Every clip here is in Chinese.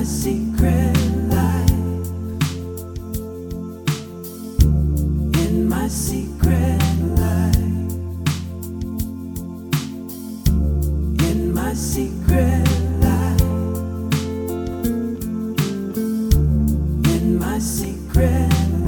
my secret life, in my secret life, in my secret life, in my secret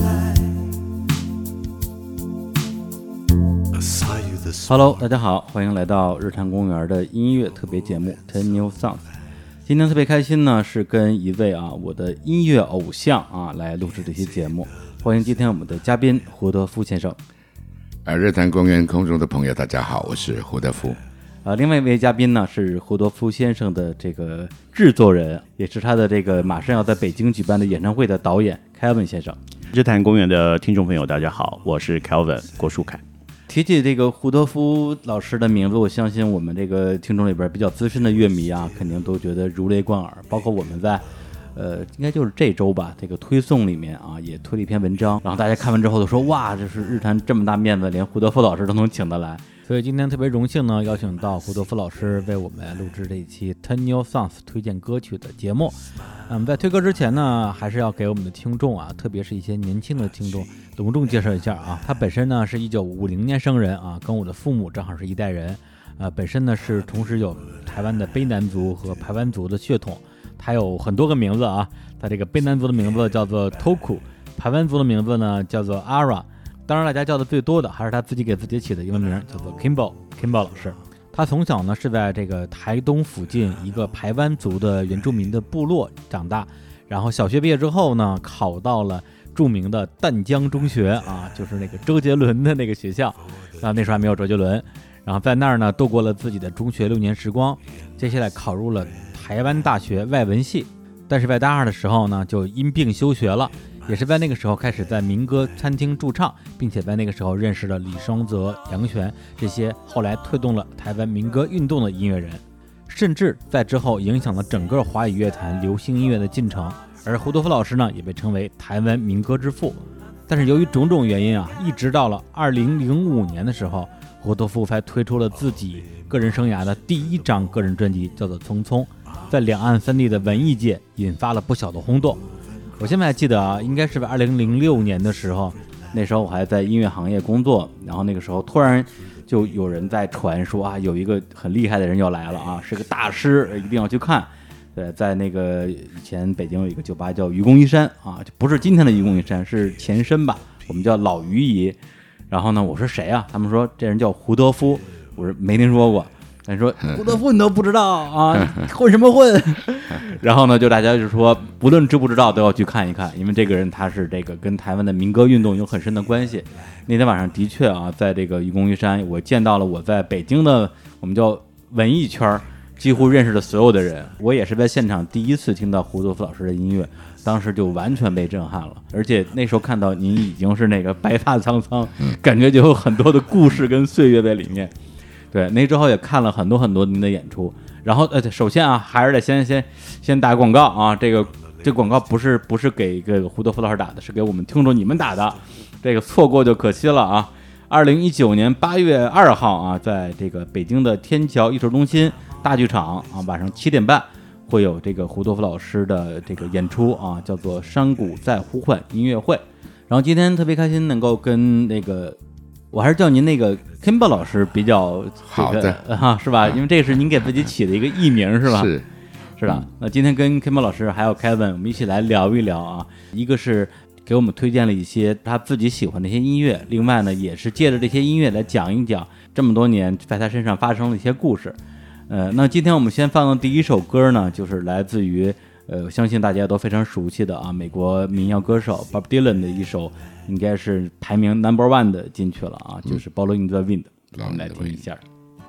life。Hello， 大家好，欢迎来到日坛公园的音乐特别节目 Ten New Songs。今天特别开心呢，是跟一位我的音乐偶像来录制这期节目。欢迎今天我们的嘉宾胡德夫先生。 日坛公园空中的朋友，大家好，我是胡德夫。 另外一位嘉宾呢是胡德夫先生的这个制作人，也是他的这个马上要在北京举办的演唱会的导演 Kevin 先生。 日坛公园的听众朋友，大家好，我是 Kevin 郭树凯。 提起这个胡德夫老师的名字，我相信我们这个听众里边比较资深的乐迷肯定都觉得如雷贯耳。包括我们在应该就是这周吧，这个推送里面也推了一篇文章，然后大家看完之后都说，哇，这是日坛这么大面子，连胡德夫老师都能请得来。所以今天特别荣幸呢，邀请到胡德夫老师为我们录制这一期 Ten New Songs 推荐歌曲的节目。在推歌之前呢，还是要给我们的听众特别是一些年轻的听众隆重介绍一下他本身呢是1950年生人跟我的父母正好是一代人。本身呢是同时有台湾的卑南族和排湾族的血统，他有很多个名字他这个卑南族的名字叫做 Toku， 排湾族的名字呢叫做 Ara。当然大家叫的最多的还是他自己给自己起的英文名，叫做 Kimbo 老师。他从小呢是在这个台东附近一个排湾族的原住民的部落长大，然后小学毕业之后呢考到了著名的淡江中学就是那个周杰伦的那个学校，那时候还没有周杰伦。然后在那儿呢度过了自己的中学6年时光，接下来考入了台湾大学外文系，但是在大二的时候呢就因病休学了。也是在那个时候开始在民歌餐厅驻唱，并且在那个时候认识了李双泽、杨泉这些后来推动了台湾民歌运动的音乐人，甚至在之后影响了整个华语乐坛流行音乐的进程。而胡德夫老师呢也被称为台湾民歌之父。但是由于种种原因一直到了2005年的时候，胡德夫才推出了自己个人生涯的第一张个人专辑，叫做《匆匆》，在两岸三地的文艺界引发了不小的轰动。我现在还记得应该是在2006年的时候，那时候我还在音乐行业工作，然后那个时候突然就有人在传说有一个很厉害的人要来了是个大师，一定要去看。对，在那个以前北京有一个酒吧叫愚公移山就不是今天的愚公移山，是前身吧，我们叫老于姨。然后呢我说谁他们说这人叫胡德夫，我说没听说过。他说胡德夫你都不知道混什么混？然后呢就大家就说不论知不知道都要去看一看，因为这个人他是这个跟台湾的民歌运动有很深的关系。那天晚上的确在这个愚公移山，我见到了我在北京的我们叫文艺圈几乎认识的所有的人。我也是在现场第一次听到胡德夫老师的音乐，当时就完全被震撼了。而且那时候看到您已经是那个白发苍苍，感觉就有很多的故事跟岁月在里面。对，那之后也看了很多很多您的演出。然后首先还是得先打广告这广告不是给这个胡德夫老师打的，是给我们听众你们打的，这个错过就可惜了2019年8月2号在这个北京的天桥艺术中心大剧场晚上7点半会有这个胡德夫老师的这个演出叫做山谷在呼唤音乐会。然后今天特别开心能够跟那个我还是叫您那个 Kimbo 老师比较好的是吧？因为这是您给自己起的一个艺名是吧？是的。那今天跟 Kimbo 老师还有 Kevin 我们一起来聊一聊一个是给我们推荐了一些他自己喜欢的一些音乐，另外呢也是借着这些音乐来讲一讲这么多年在他身上发生的一些故事。那今天我们先放的第一首歌呢，就是来自于相信大家都非常熟悉的美国民谣歌手 Bob Dylan 的一首，应该是排名 No.1 的进去了就是 Blowing the Wind。我们来听一下。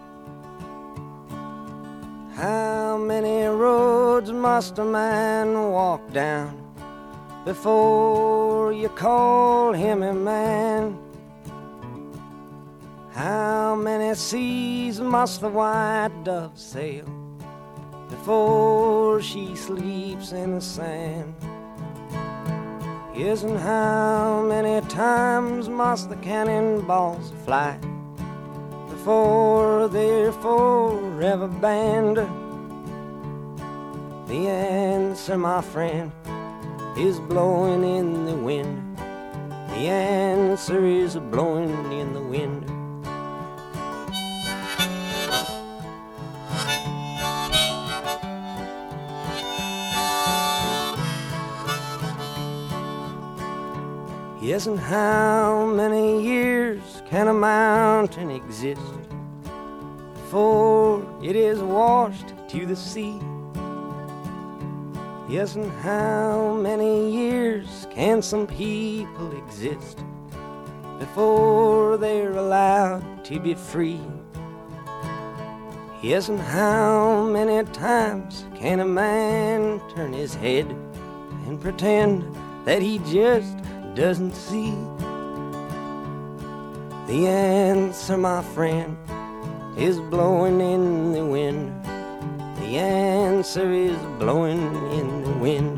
How many roads must a man walk down before you call him a man? How many seas must the white dove sail before she sleeps in the sand? Yes, and how many times must the cannonballs fly before they're forever banned? The answer, my friend, is blowing in the wind. The answer is blowing in the wind. Yes, and how many years can a mountain exist before it is washed to the sea? Yes, and how many years can some people exist before they're allowed to be free? Yes, and how many times can a man turn his head and pretend that he just doesn't see? The answer, my friend, is blowing in the wind. The answer is blowing in the wind.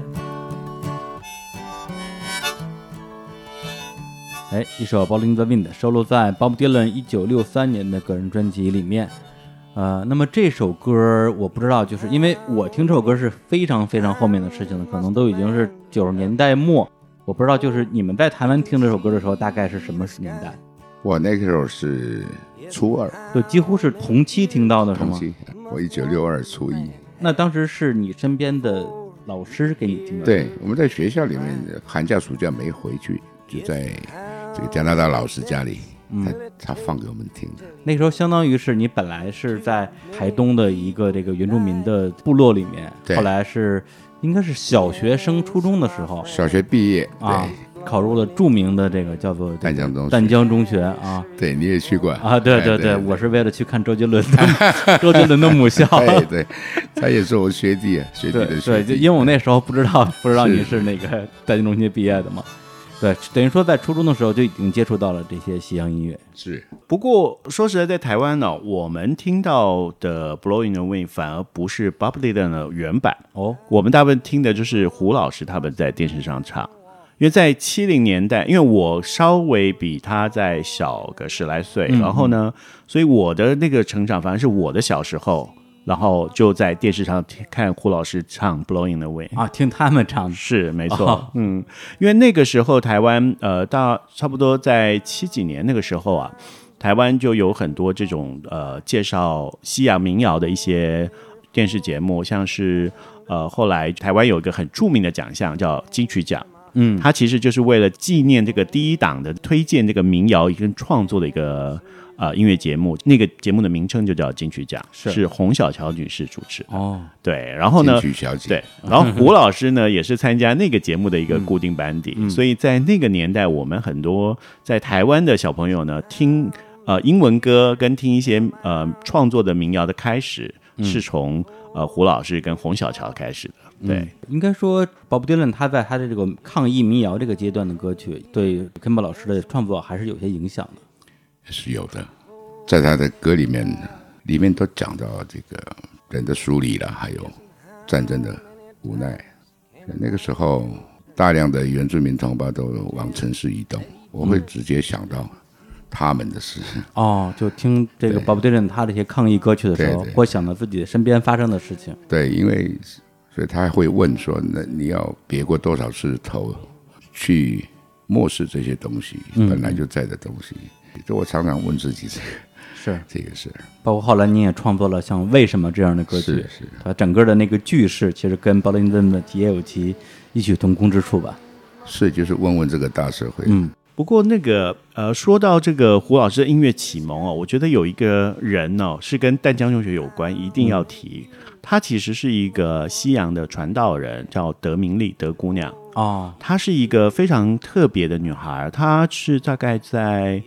一首《Blowing in the Wind》收录在 Bob Dylan 1963年的个人专辑里面。那么这首歌我不知道，就是因为我听这首歌是非常非常后面的事情了，可能都已经是90年代末。我不知道，就是你们在台湾听这首歌的时候，大概是什么年代？ 我那个时候是初二， 就几乎是同期听到的，是吗？ 同期，我1962初一。 那当时是你身边的老师给你听的？ 对，我们在学校里面，寒假暑假没回去，就在这个加拿大老师家里，他放给我们听的。 那时候相当于是你本来是在台东的一个这个原住民的部落里面，后来是应该是小学升初中的时候， 小学毕业啊，考入了著名的这个叫做淡江中学啊。 对，你也去过啊？对对 对，我是为了去看周杰伦的母校。 对对，他也是我学弟的学弟。 对，就因为我那时候不知道你是那个淡江中学毕业的嘛。对，等于说在初中的时候就已经接触到了这些西洋音乐。 是， 不过说实在，在台湾呢，我们听到的《Blowing in the Wind》反而不是 Bob Dylan 的原版哦，我们大部分听的就是胡老师他们在电视上唱。因为在70年代，因为我稍微比他再小个10来岁，然后呢，所以我的那个成长反而是我的小时候。然后就在电视上看胡老师唱《Blowing in the Wind》 啊，听他们唱是没错，因为那个时候台湾到差不多在70几年那个时候啊，台湾就有很多这种介绍西洋民谣的一些电视节目，像是后来台湾有一个很著名的奖项叫金曲奖。它其实就是为了纪念这个第一档的推荐这个民谣跟创作的一个音乐节目，那个节目的名称就叫金曲奖，是洪小乔女士主持的。哦，对，然后呢， 金曲小姐， 对，然后胡老师呢也是参加那个节目的一个固定班底，所以在那个年代，我们很多在台湾的小朋友呢，听英文歌跟听一些创作的民谣的开始，是从胡老师跟洪小乔开始的。对， 应该说Bob Dylan他在他的这个抗议民谣这个阶段的歌曲，对 Campbell 老师的创作还是有些影响的。 是有的，在他的歌里面都讲到这个人的疏离了，还有战争的无奈。那个时候，大量的原住民同胞都往城市移动，我会直接想到他们的事。 哦，就听这个 Bob Dylan 他这些抗议歌曲的时候，会想到自己身边发生的事情。 对，因为所以他会问说：“那你要别过多少次头去漠视这些东西，本来就在的东西？”就我常常问自己这个事， 包括后来你也创作了像《为什么》这样的歌曲， 是它整个的那个句式其实跟 Bob Dylan 的也有其异曲同工之处吧？ 是，就是问问这个大社会。 不过那个说到这个胡老师的音乐启蒙哦，我觉得有一个人哦是跟淡江中学有关，一定要提。她其实是一个西洋的传道人，叫德明利德姑娘哦。她是一个非常特别的女孩，她是大概在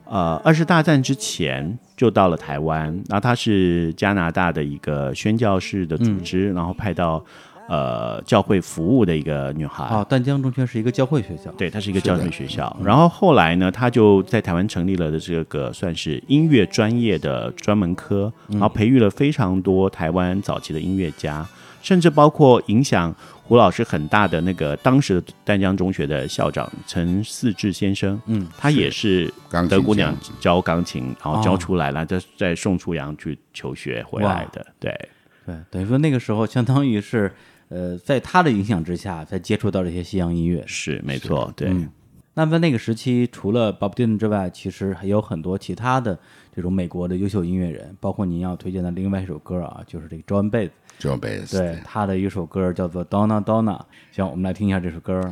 20大战之前就到了台湾，然后她是加拿大的一个宣教士的组织，然后派到教会服务的一个女孩。 淡江中学是一个教会学校， 对，它是一个教会学校。然后后来呢，她就在台湾成立了这个算是音乐专业的专门科，然后培育了非常多台湾早期的音乐家，甚至包括影响胡老师很大的那个当时的淡江中学的校长陈四志先生，他也是德姑娘教钢琴，然后教出来了，再送出洋去求学回来的。对， 等于说那个时候相当于是在他的影响之下才接触到这些西洋音乐。 是没错，对。 那么在那个时期，除了 Bob Dylan 之外，其实还有很多其他的这种美国的优秀音乐人，包括您要推荐的另外一首歌啊，就是这个 Joan Baez， 对他的一首歌叫做 Donna Donna。行，我们来听一下这首歌。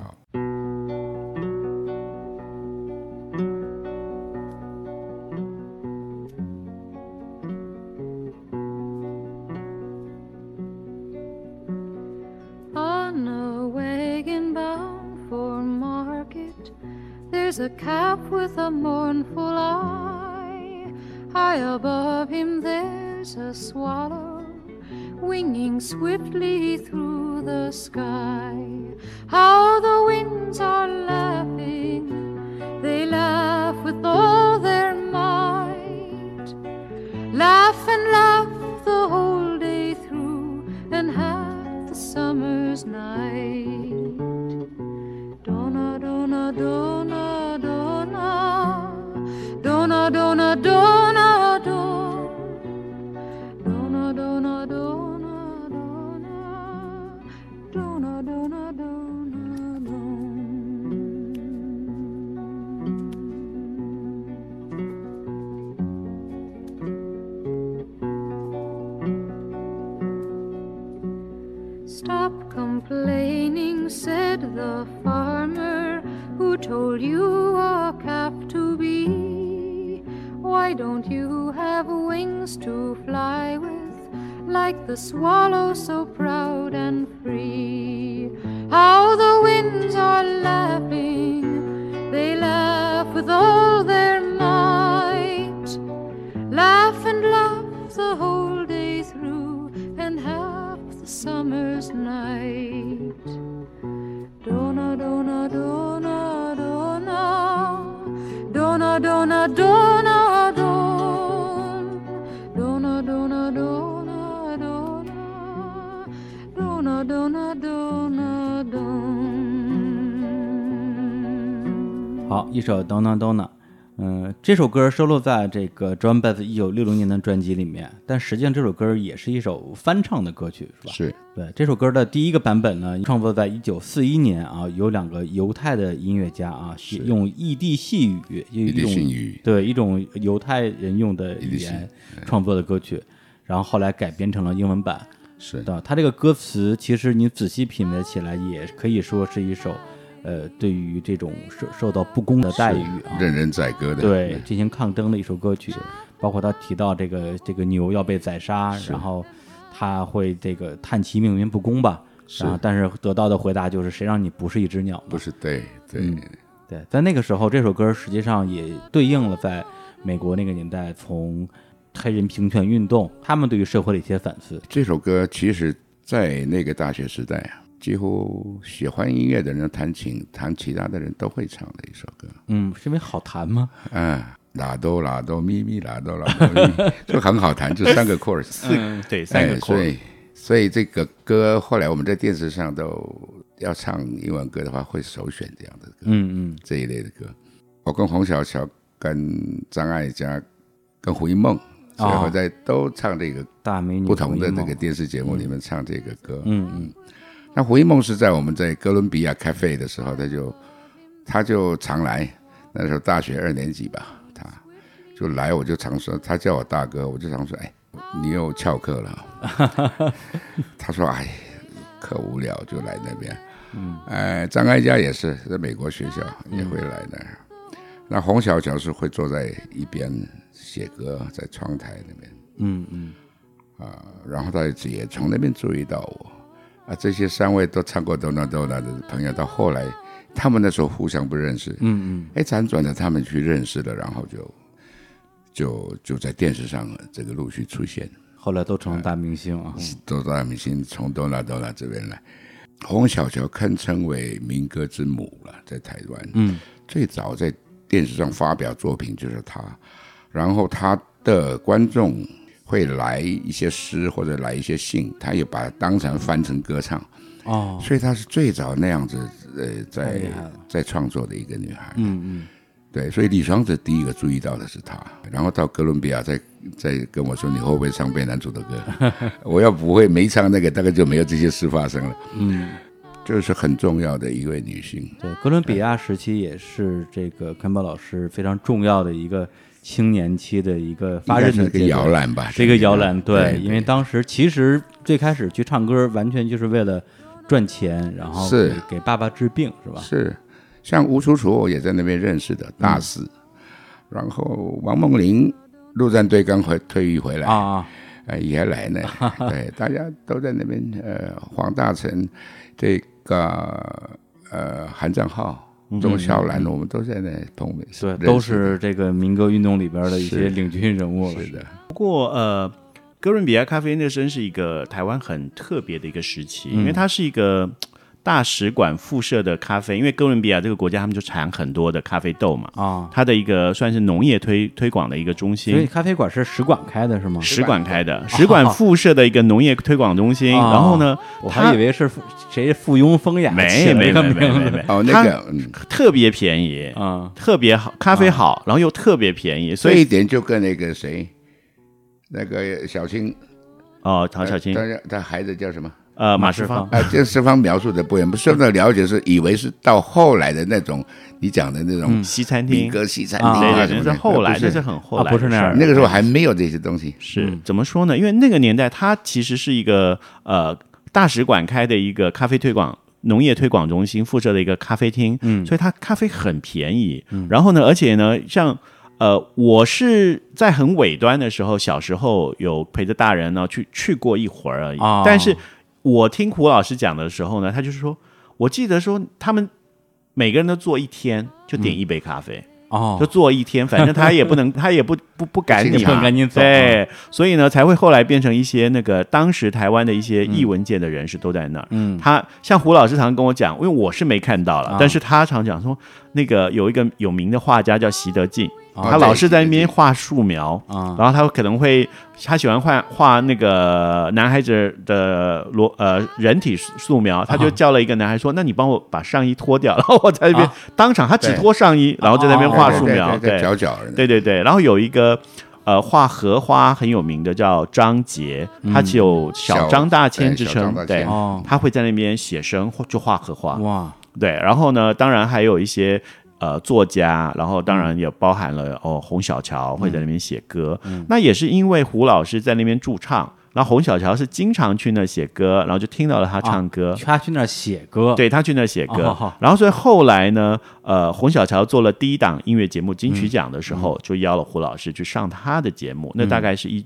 On a wagon bound for market, there's a calf with a mournful eye. High above him there's a swallow winging swiftly through the sky. How the winds are laughing, they laugh with all their might. Laugh and laugh the whole day through and half the summer's night. Donna, Donna, Donna, Donna, Donna, Donna, Donna, Donna, Donna, Donna, Donna, Donna, Donna, Donna. Stop complaining, said the farmer who told you a calf to be. Why don't you have wings to fly with, like the swallow so proud and free? How the winds are laughing, they laugh with all their might. Laugh and laugh the whole day through and half the summer's night. Donna, Donna, Donna, Donna, Donna, Donna, Donna, Donna, Donna, Donna, Donna, Donna, Donna, Donna, Donna. 好，一首 Donna Donna。这首歌收录在这个 Joan Baez 1960年的专辑里面，但实际上这首歌也是一首翻唱的歌曲，是吧？ 是。 对，这首歌的第一个版本呢，创作在1941年啊，有两个犹太的音乐家啊，用异地细语，一种犹太人用的语言创作的歌曲，然后后来改编成了英文版。 是的，它这个歌词其实你仔细品味起来，也可以说是一首。对于这种受到不公的待遇啊， 任人宰割的， 对，进行抗争的一首歌曲，包括他提到这个牛要被宰杀，然后他会这个叹其命运不公吧，然后但是得到的回答就是谁让你不是一只鸟呢？ 不是，对， 对，在那个时候，这首歌实际上也对应了在美国那个年代，从黑人平权运动，他们对于社会的一些反思。 这首歌其实在那个大学时代啊，几乎喜欢音乐的人弹其他的人都会唱的一首歌。 是因为好弹吗？ 拉哆拉哆咪咪拉哆拉哆咪，就很好弹，就3个 chorus。 对，3个 chorus。 所以这个歌后来我们在电视上都要唱英文歌的话，会首选这样的歌。这一类的歌。我跟洪小乔、跟张艾嘉、跟胡一梦，所以我在都唱这个大美女不同的这个电视节目里面唱这个歌。那胡一梦是在我们在哥伦比亚咖啡的时候，他就常来，那时候大学2年级吧，他就来，我就常说，他叫我大哥，我就常说，哎，你又翘课了。他说，哎，课无聊就来那边。张艾嘉也是在美国学校也会来的。那洪小乔是会坐在一边写歌，在窗台那边。然后他也从那边注意到我。这些3位都唱过 Donna Donna 的朋友，到后来他们那时候互相不认识，辗转的他们去认识了，然后就在电视上这个陆续出现， 后来都成了大明星啊， 都大明星，从 Donna Donna 这边来。洪小乔堪称为民歌之母了，在台湾，最早在电视上发表作品就是他，然后他的观众会来一些诗或者来一些信，他也把它当成翻成歌唱。所以她是最早那样子在创作的一个女孩。 对，所以李双泽第一个注意到的是他，然后到哥伦比亚再跟我说你会不会唱贝南组的歌？我要不会没唱那个，大概就没有这些事发生了。这是很重要的一位女性。 对，哥伦比亚时期也是这个肯宝老师非常重要的一个青年期的一个发轫的一个摇篮吧。 这个摇篮，对， 对， 因为当时其实最开始去唱歌，完全就是为了赚钱，然后是给爸爸治病，是吧？ 是，像吴楚楚我也在那边认识的，大四，然后王梦玲陆战队刚退役回来啊， 也来呢，对，大家都在那边，黄大成，这个韩正浩、钟晓兰，我们都在那碰面， 对，都是这个民歌运动里边的一些领军人物了。 是的， 不过哥伦比亚咖啡那真是一个台湾很特别的一个时期，因为它是一个大使馆附设的咖啡，因为哥伦比亚这个国家他们就产很多的咖啡豆嘛，它的一个算是农业推广的一个中心。 所以咖啡馆是使馆开的是吗？ 使馆开的，使馆附设的一个农业推广中心。然后呢， 我还以为是谁附庸风雅， 没， 哦，那个特别便宜啊，特别好，咖啡好，然后又特别便宜，所以这一点就跟那个谁，那个小青哦，唐小青， 他孩子叫什么？ 马世芳这四方描述的不远，不是的了解是以为是到后来的那种你讲的那种西餐厅、 民歌西餐厅啊什么的， 那是后来，那是很后来， 不是那样。 那个时候还没有这些东西。 是怎么说呢？因为那个年代，它其实是一个大使馆开的一个咖啡推广、农业推广中心附设的一个咖啡厅，所以它咖啡很便宜。然后呢，而且呢，像我是在很尾端的时候，小时候有陪着大人呢去过一会儿而已，但是。我听胡老师讲的时候呢，他就是说，我记得说他们每个人都做一天，就点一杯咖啡，就做一天，反正他也不能，他也不赶你走，对，所以呢才会后来变成一些那个当时台湾的一些艺文界的人士都在那儿。他像胡老师常跟我讲，因为我是没看到了，但是他常讲说，那个有一个有名的画家叫席德进。他老是在那边画素描，然后他可能会，他喜欢画那个男孩子的人体素描，他就叫了一个男孩说：“那你帮我把上衣脱掉。”然后我在那边当场，他只脱上衣，然后在那边画素描，对，对，然后有一个画荷花很有名的叫张杰，他只有小张大千之称，对，他会在那边写生就画荷花，哇，对，然后呢，当然还有一些。作家，然后当然也包含了洪小乔会在那边写歌，那也是因为胡老师在那边驻唱，然后洪小乔是经常去那写歌，然后就听到了他唱歌， 他去那写歌， 对，他去那写歌，然后所以后来呢，洪小乔做了第一档音乐节目金曲奖的时候，就邀了胡老师去上他的节目，那大概是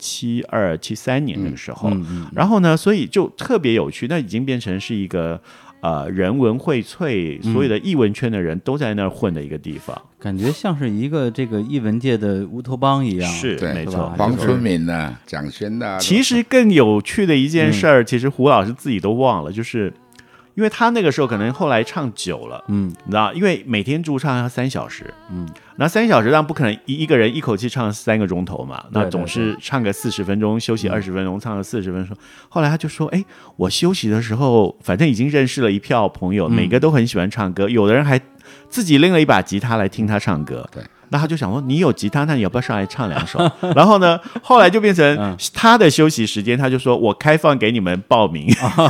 1972、73年那个时候，然后呢，所以就特别有趣，那已经变成是一个。人文荟萃，所有的艺文圈的人都在那儿混的一个地方， 感觉像是一个这个艺文界的乌托邦一样。 是，没错。 黄春明啊，蒋勋啊。 其实更有趣的一件事儿，其实胡老师自己都忘了，就是因为他那个时候可能后来唱久了，你知道，因为每天驻唱要3小时，那3小时当然不可能一个人一口气唱3个钟头嘛，那总是唱个40分钟，休息20分钟，唱个40分钟。后来他就说：“哎，我休息的时候，反正已经认识了一票朋友，每个都很喜欢唱歌，有的人还自己拎了一把吉他来听他唱歌。”对。那他就想说，你有吉他，那你要不要上来唱2首？然后呢，后来就变成他的休息时间，他就说我开放给你们报名。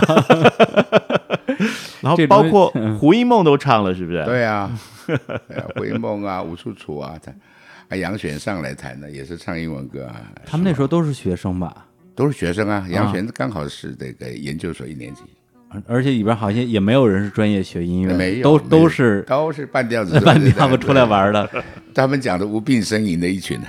然后包括胡因梦都唱了，是不是？ 对啊，胡因梦啊，吴楚楚啊，杨璇上来弹的也是唱英文歌啊。 他们那时候都是学生吧？ 都是学生啊，杨璇刚好是这个研究所1年级。 而且里边好像也没有人是专业学音乐， 没有， 都是半吊子出来玩的。 他们讲的无病呻吟的一群，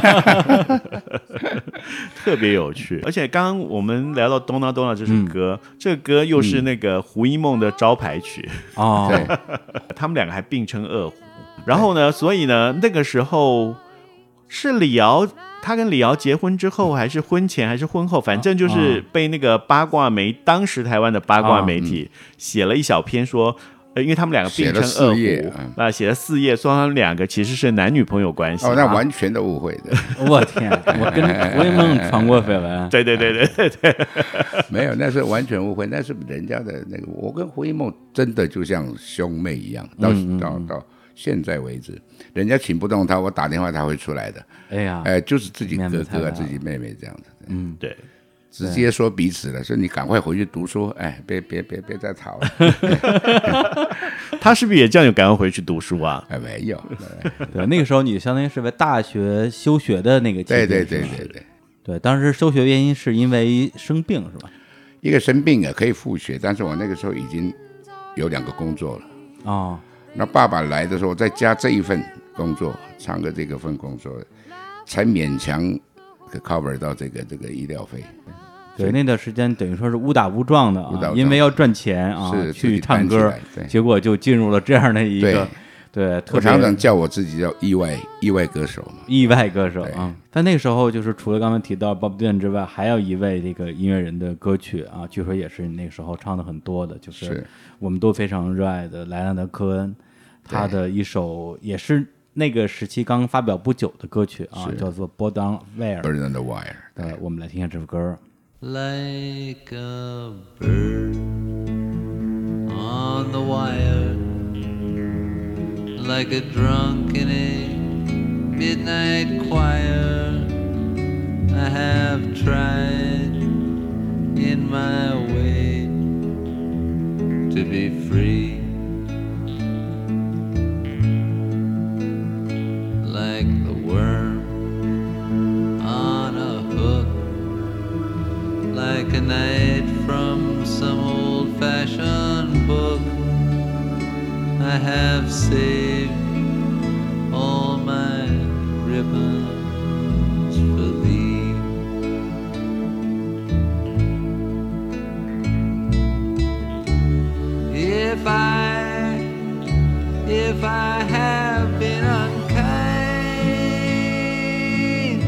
特别有趣。而且刚刚我们聊到《Donna Donna》这首歌，这个歌又是那个胡因梦的招牌曲哦， 他们2个还并称二胡。然后呢，所以呢，那个时候是李敖。他跟李敖结婚之后，还是婚前还是婚后，反正就是被那个八卦当时台湾的八卦媒体写了一小篇说，因为他们2个并称二胡，写了4页，说他们2个其实是男女朋友关系。 那完全的误会的。 我天，我跟胡因梦传过绯闻。 对， 没有，那是完全误会，那是人家的那个。我跟胡因梦真的就像兄妹一样，到现在为止，人家请不动他，我打电话他会出来的。 哎呀， 就是自己哥哥啊， 面子太大了自己妹妹这样子， 嗯， 对， 直接说彼此了，说你赶快回去读书，哎，别再吵了。 他是不是也这样，有赶快回去读书啊？ 哎，没有， 对，那个时候你相当于是在大学休学的那个期间， 对是吧对， 对，当时休学原因是因为生病是吧？ 一个生病啊可以复学，但是我那个时候已经有2个工作了。 哦， 那爸爸来的时候，再加这一份工作，唱歌这个份工作，才勉强 cover 到这个医疗费。 对，那段时间等于说是误打误撞的啊， 误打误撞因为要赚钱啊， 是去唱歌自己担起来，对结果就进入了这样的一个对，特别我常常叫我自己叫意外歌手嘛。 意外歌手对啊。但那个时候就是除了刚才提到 Bob Dylan 之外，还有一位这个音乐人的歌曲啊，据说也是你那个时候唱的很多的，就是我们都非常热爱的莱昂纳德·科恩，他的一首也是那个时期刚发表不久的歌曲啊，叫做《Bird on Wire》。 Bird on the Wire。 我们来听一下这首歌。 Like a bird on the wire, like a drunk in a midnight choir, I have tried in my way to be free. Like the worm on a hook, like a knight from some old-fashioned book, I have saved all my ribbons for thee. If I have been unkind,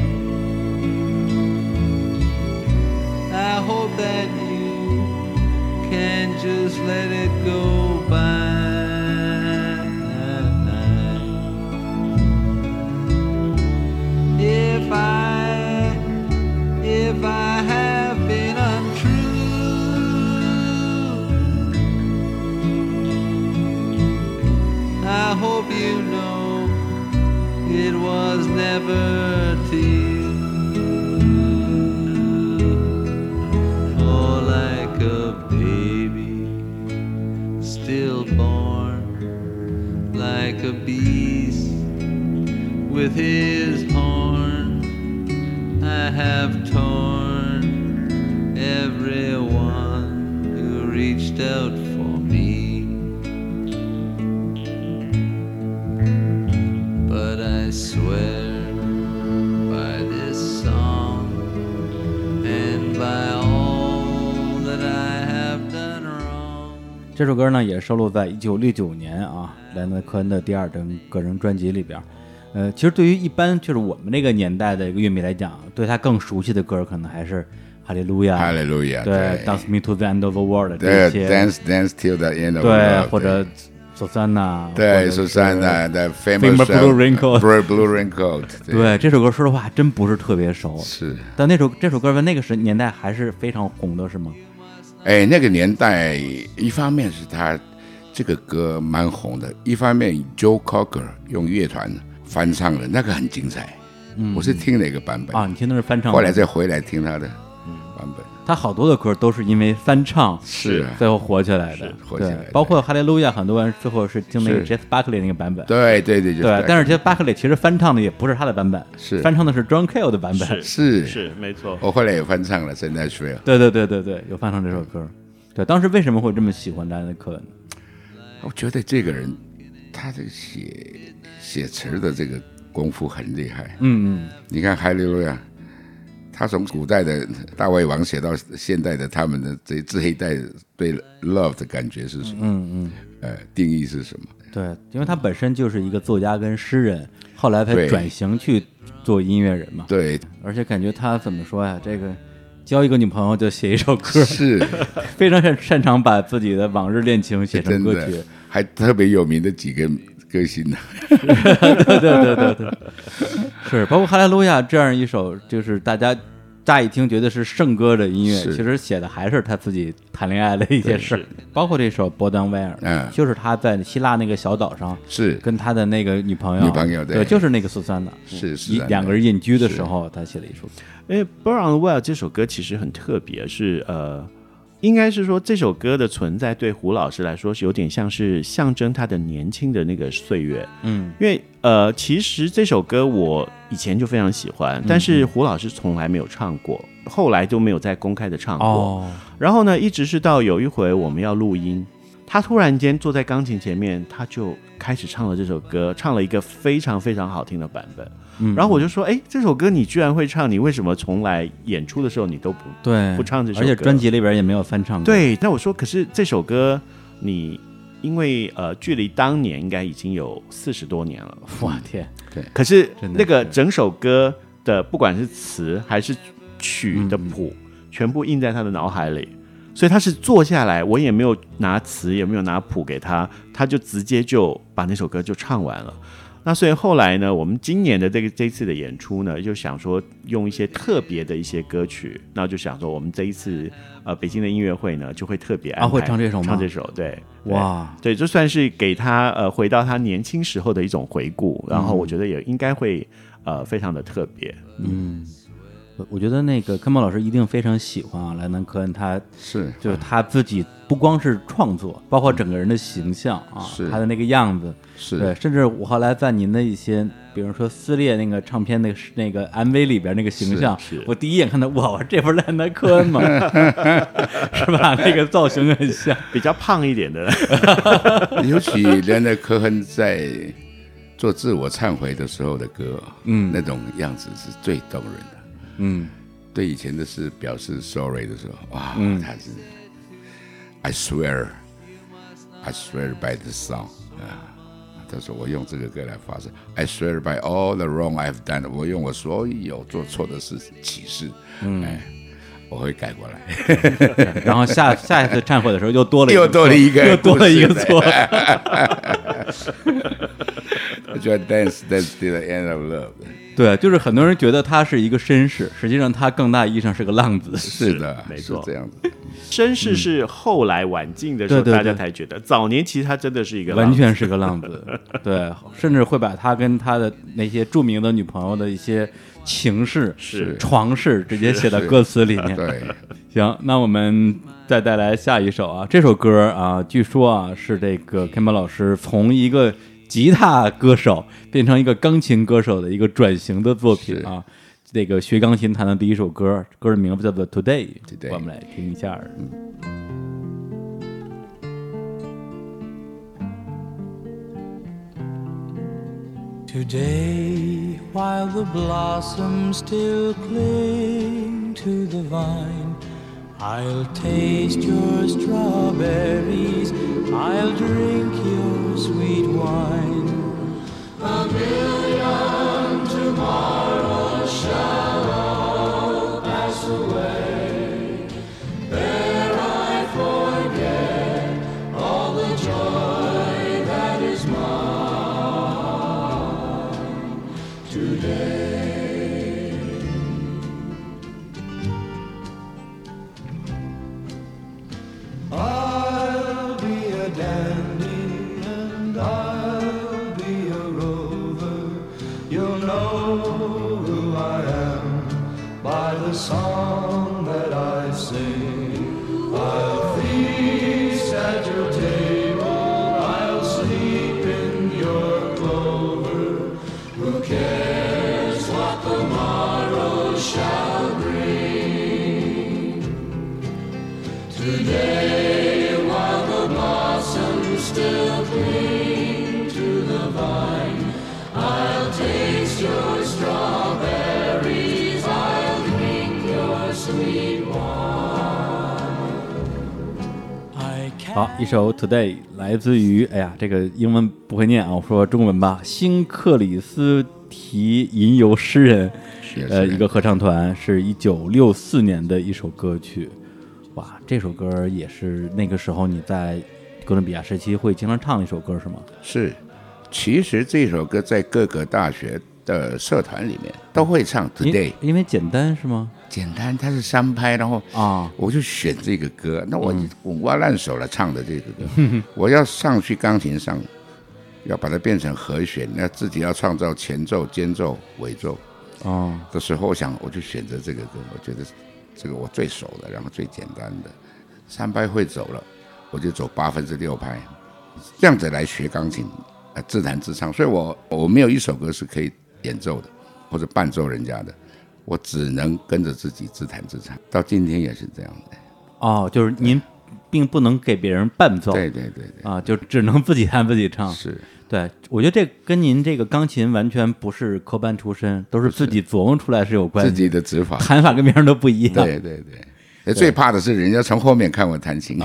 I hope that you can just let it go by. If I have been untrue, I hope you know it was never to you. Oh, like a baby stillborn, like a beast with his horn, I have torn everyone who reached out for me. But I swear by this song and by all that I have done wrong. 这首歌呢也收录在1969年啊莱昂纳德·科恩的第2张个人专辑里边。其实对于一般就是我们那个年代的一个乐迷来讲，对他更熟悉的歌可能还是哈利路亚， 哈利路亚， 对对 ，Dance Me to the End of the World 这些， Dance till the end of the 对， world， 或者Susanna， 对，Susanna 的 Famous famous Blue Raincoat Blue Raincoat， 对，这首歌说实话还真不是特别熟， 是。 但这首歌在那个年代还是非常红的，是吗？ 哎，那个年代，一方面是他这个歌蛮红的，一方面 Joe Cocker 用乐团翻唱的那个很精彩，我是听了一个版本啊，你听的是翻唱的， 后来再回来听他的版本。 他好多的歌都是因为翻唱是最后火起来的， 火起来的对，包括哈利路亚，很多人最后是听那个 Jeff Buckley 那个版本， 对， 但是 Jeff Buckley 其实翻唱的也不是他的版本， 是翻唱的是 John Cale 的版本， 是没错。 我后来也翻唱了《在 Nashville》。 对，有翻唱这首歌。对，当时为什么会这么喜欢莱昂纳德·科恩？ 我觉得这个人他这个写词的这个功夫很厉害。你看哈利路亚，他从古代的大卫王写到现代的他们的这一代对 love 的感觉是什么？定义是什么？ 对，因为他本身就是一个作家跟诗人，后来才转型去做音乐人嘛。 对， 而且感觉他怎么说呀？这个交一个女朋友就写一首歌， 是非常擅长把自己的往日恋情写成歌曲， 还特别有名的几个歌星呢。 对，是包括哈利路亚这样一首，就是大家乍一听觉得是圣歌的音乐， 是其实写的还是他自己谈恋爱的一些事儿，包括这首《波当威尔》，就是他在希腊那个小岛上是跟他的那个女朋友，对，就是那个苏珊娜， 是两个人隐居的时候，他写了一首歌。 《Born on the Well》这首歌其实很特别，是应该是说这首歌的存在对胡老师来说是有点像是象征他的年轻的那个岁月。因为其实这首歌我以前就非常喜欢，但是胡老师从来没有唱过，后来都没有再公开的唱过。然后呢，一直是到有一回我们要录音，他突然间坐在钢琴前面，他就开始唱了这首歌，唱了一个非常非常好听的版本。然后我就说，这首歌你居然会唱，你为什么从来演出的时候你都不唱这首歌？ 而且专辑里边也没有翻唱过。 对，那我说，可是这首歌你因为距离当年应该已经有40多年了， 哇天！ 对， 可是那个整首歌的不管是词还是曲的谱，全部印在他的脑海里。所以他是坐下来，我也没有拿词，也没有拿谱给他，他就直接就把那首歌就唱完了。那所以后来呢，我们今年的这一次的演出呢，就想说用一些特别的一些歌曲，然后就想说我们这一次北京的音乐会呢，就会特别安排会唱这首吗？ 唱这首，对， 哇， 对，这算是给他回到他年轻时候的一种回顾，然后我觉得也应该会非常的特别。 我觉得那个康茂老师一定非常喜欢啊，莱南科恩，他是就是他自己不光是创作，包括整个人的形象啊，他的那个样子， 是对，甚至我后来在您的一些，比如说撕裂那个唱片那个 MV 里边那个形象，我第一眼看到，哇，这不是莱南科恩吗？是吧？那个造型很像， 比较胖一点的。 尤其莱南科恩在做自我忏悔的时候的歌，那种样子是最动人的。对以前的事表示 sorry 的时候，哇，他是 I swear by the song 他说我用这个歌来发誓 I swear by all the wrong I've done， 我用我所有做错的事起誓，我会改过来。 然后下一次忏悔的时候又多了一个错。 我觉得 dance to the end of love。 对，就是很多人觉得他是一个绅士，实际上他更大意义上是个浪子。 是的， 没错， 是这样子。 绅士是后来晚近的时候大家才觉得，早年其实他真的是一个浪子， 完全是个浪子。对，甚至会把他跟他的那些著名的女朋友的一些情事、床事直接写到歌词里面。 对， 行，那我们再带来下一首啊，这首歌啊，据说啊是这个 Campbell 老师从一个吉他歌手变成一个钢琴歌手的一个转型的作品啊，这个学钢琴弹的第一首歌，歌的名字叫做 Today， 我们来听一下。 Today, while the blossoms still cling to the vine, I'll taste your strawberries, I'll drink your sweet wine. A million tomorrows shall all pass away. There I forget all the joy that is mine today. I'll be a dandy and I'll be a rover. You'll know who I am by the song that I sing. I'll feast at your table, I'll sleep in your clover. Who cares what the morrow shall bring? Today, while the blossoms still cling to the vine, I'll taste your strawberries, I'll drink your sweet wine. 好，一首 Today 来自于，哎呀，这个英文不会念啊，我说中文吧，新克里斯提吟游诗人，一个合唱团，是1964年的一首歌曲。哇，这首歌也是那个时候你在哥伦比亚时期会经常唱的一首歌是吗？ 是，其实这首歌在各个大学的社团里面都会唱 Today， 因为简单是吗？ 简单，它是3拍，然后我就选这个歌，那我滚瓜烂熟了唱的这个歌，我要上去钢琴上，要把它变成和弦，那自己要创造前奏、间奏、尾奏的时候，我就选择这个歌，我觉得这个我最熟的，然后最简单的，3拍会走了，我就走6/8拍，这样子来学钢琴，自弹自唱，所以我没有一首歌是可以演奏的或者伴奏人家的。我只能跟着自己自弹自唱，到今天也是这样的。 就是您并不能给别人伴奏， 对， 就只能自己弹自己唱。 是， 对，我觉得这跟您这个钢琴完全不是科班出身，都是自己琢磨出来是有关系， 自己的指法， 弹法跟别人都不一样。 对，最怕的是人家从后面看我弹琴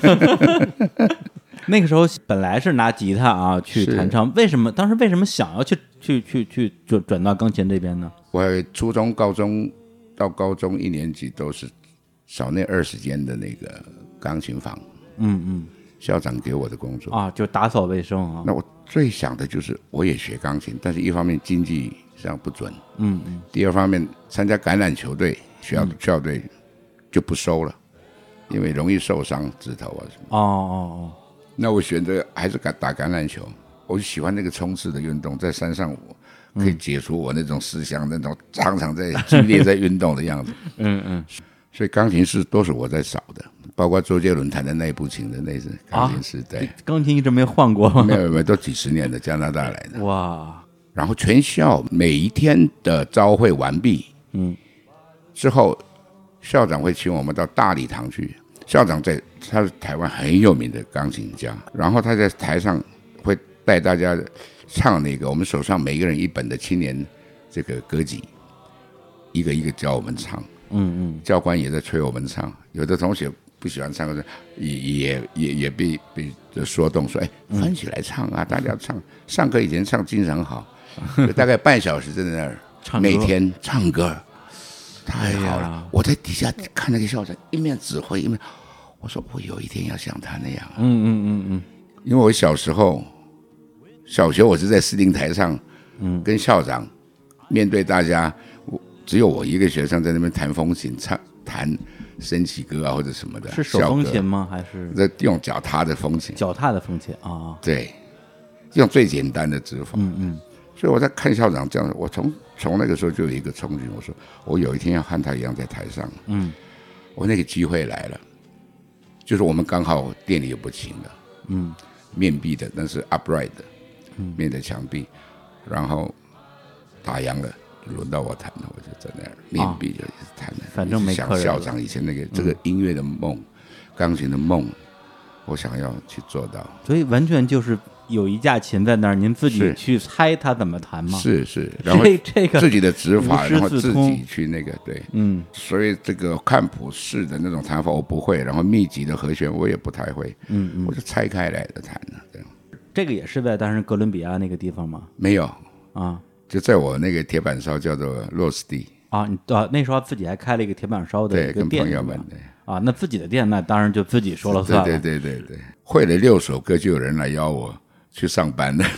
那个时候本来是拿吉他去弹唱，当时为什么想要去转到钢琴这边呢？ 我初中、高中到高中1年级都是少那20间的那个钢琴房，校长给我的工作就打扫卫生啊。 那我最想的就是我也学钢琴，但是一方面经济上不准，第二方面参加橄榄球队，校队就不收了，因为容易受伤指头啊什么。那我选择还是打橄榄球，我就喜欢那个冲刺的运动，在山上我可以解除我那种思乡，那种常常在剧烈在运动的样子。所以钢琴室都是我在扫的，包括周杰伦弹的那部琴的那是钢琴室。对， 钢琴一直没换过。 没有，都几十年的，加拿大来的。 哇！ 然后全校每一天的朝会完毕，之后校长会请我们到大礼堂去。校长他是台湾很有名的钢琴家，然后他在台上会带大家唱那个我们手上每一个人一本的青年这个歌集，一个一个教我们唱。教官也在催我们唱，有的同学不喜欢唱，也被说动说，翻起来唱啊，大家唱。上课以前唱经常好，大概半小时在那儿每天唱歌，太好了。我在底下看那个校长一面指挥一面，我说我有一天要像他那样。因为我小时候小学我是在司令台上，跟校长面对大家，只有我一个学生在那边弹风琴，弹升旗歌啊或者什么的。 是手风琴吗？还是用脚踏的风琴？ 脚踏的风琴啊。 对，用最简单的指法。所以我在看校长这样，我从那个时候就有一个憧憬，我说我有一天要和他一样在台上。我那个机会来了，就是我们刚好店里有部琴的，面壁的，但是 upright 的，面对墙壁，然后打烊了。轮到我弹了，我就在那儿面壁就一直弹了。 反正没客人。 想校长以前那个这个音乐的梦，钢琴的梦，我想要去做到。 所以完全就是有一架琴在那儿，您自己去猜它怎么弹吗？ 是，然后这个自己的指法，然后自己去那个对，所以这个看谱式的那种弹法我不会，然后密集的和弦我也不太会，我就拆开来的弹了。 这个也是在当时哥伦比亚那个地方吗？ 没有啊。 就在我那个铁板烧叫做洛斯蒂那时候自己还开了一个铁板烧的一个店， 跟朋友们那自己的店那当然就自己说了算了。 对，会了6首歌就有人来邀我去上班了。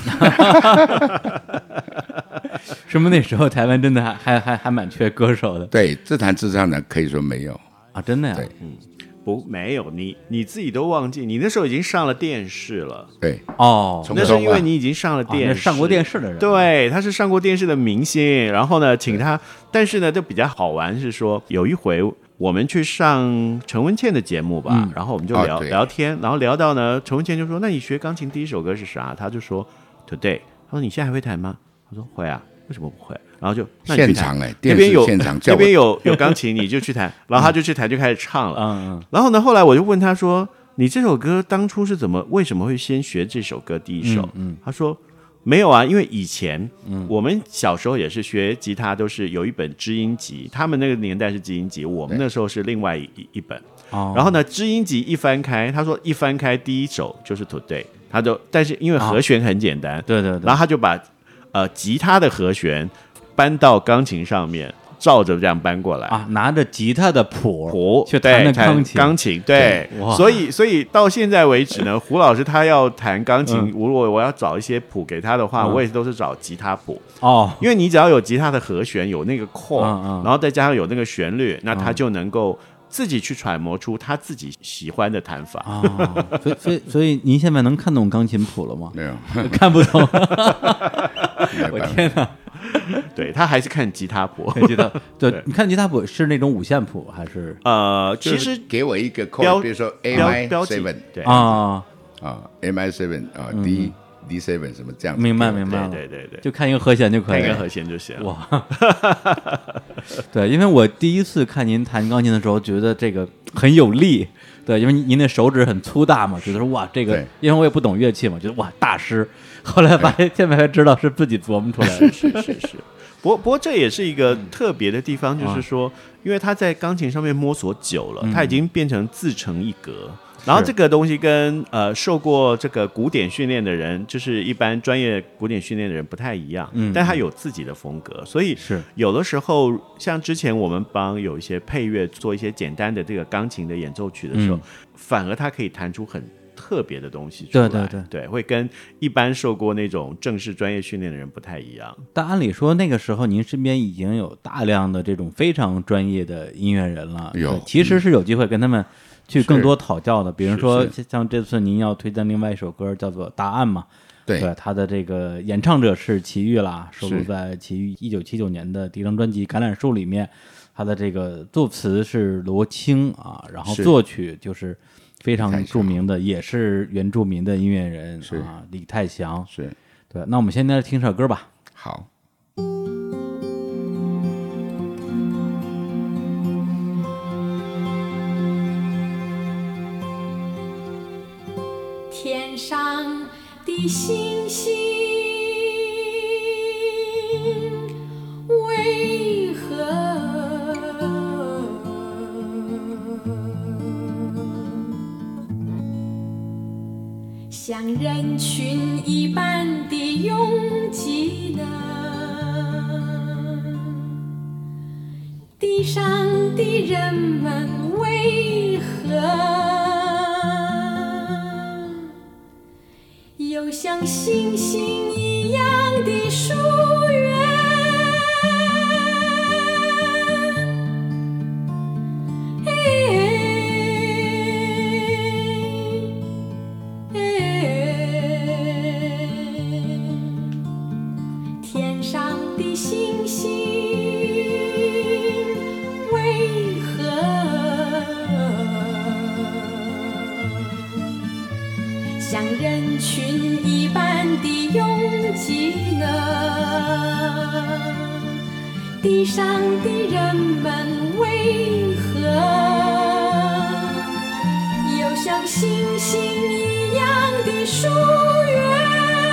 说明那时候台湾真的还蛮缺歌手的。 对，自弹自唱的可以说没有真的呀。 对， 没有，你自己都忘记，你那时候已经上了电视了。 对， 那是因为你已经上了电视， 上过电视的人。 对，他是上过电视的明星。然后呢，请他，但是呢，就比较好玩是说，有一回我们去上陈文茜的节目吧，然后我们就聊天，然后聊到呢，陈文茜就说：“那你学钢琴第一首歌是啥？”他就说 ：“Today。”他说：“你现在还会弹吗？”他说：“会啊。”为什么不会？然后就现场电视现场这边有钢琴，你就去弹，然后他就去弹，就开始唱了。然后呢，后来我就问他说：“你这首歌当初是为什么会先学这首歌第一首？”他说：“没有啊，因为以前我们小时候也是学吉他，都是有一本知音集，他们那个年代是知音集，我们那时候是另外一本。然后呢，知音集一翻开，他说一翻开第一首就是 Today， 但是因为和弦很简单， 对， 然后他就把吉他的和弦搬到钢琴上面， 照着这样搬过来啊，拿着吉他的谱去对弹的钢琴， 对， 哇所以到现在为止呢，胡老师他要弹钢琴，如果我要找一些谱给他的话，我也都是找吉他谱哦， 因为你只要有吉他的和弦，有那个 chord，然后再加上有那个旋律，那他就能够自己去揣摩出他自己喜欢的弹法啊。所以您现在能看懂钢琴谱了吗？ 没有， 看不懂。 我天哪！ 对，他还是看吉他谱。 吉他对，你看吉他谱是那种五线谱还是？ 其实给我一个 chord，比如说 AMI7， 对啊，AMI7啊 D7什么这样子。 明白了， 对， 就看一个和弦就可以了， 看一个和弦就行了。 哇，对，因为我第一次看您弹钢琴的时候，觉得这个很有力。对，因为您的手指很粗大嘛，觉得说哇，这个，因为我也不懂乐器嘛，觉得哇大师。后来发现，现在才知道是自己琢磨出来的。 是。不过这也是一个特别的地方，就是说，因为他在钢琴上面摸索久了，他已经变成自成一格。然后这个东西跟受过这个古典训练的人，就是一般专业古典训练的人不太一样，但他有自己的风格，所以是有的时候像之前我们帮有一些配乐做一些简单的这个钢琴的演奏曲的时候，反而他可以弹出很特别的东西出来，对，会跟一般受过那种正式专业训练的人不太一样。 但按理说那个时候您身边已经有大量的这种非常专业的音乐人了，其实是有机会跟他们去更多讨教的，比如说像这次您要推荐另外一首歌叫做《答案》嘛，对，他的这个演唱者是齐豫啦，收录在齐豫1979年的第一张专辑《橄榄树》里面，他的这个作词是罗青啊，然后作曲就是非常著名的，也是原住民的音乐人啊，李泰祥， 是对。那我们现在听首歌吧。 好。 天上的星星为何像人群一般的拥挤呢？地上的人们为何又像星星一样的疏远？天上的星星为何像人群一般的拥挤呢？地上的人们为何又像星星一样的疏远？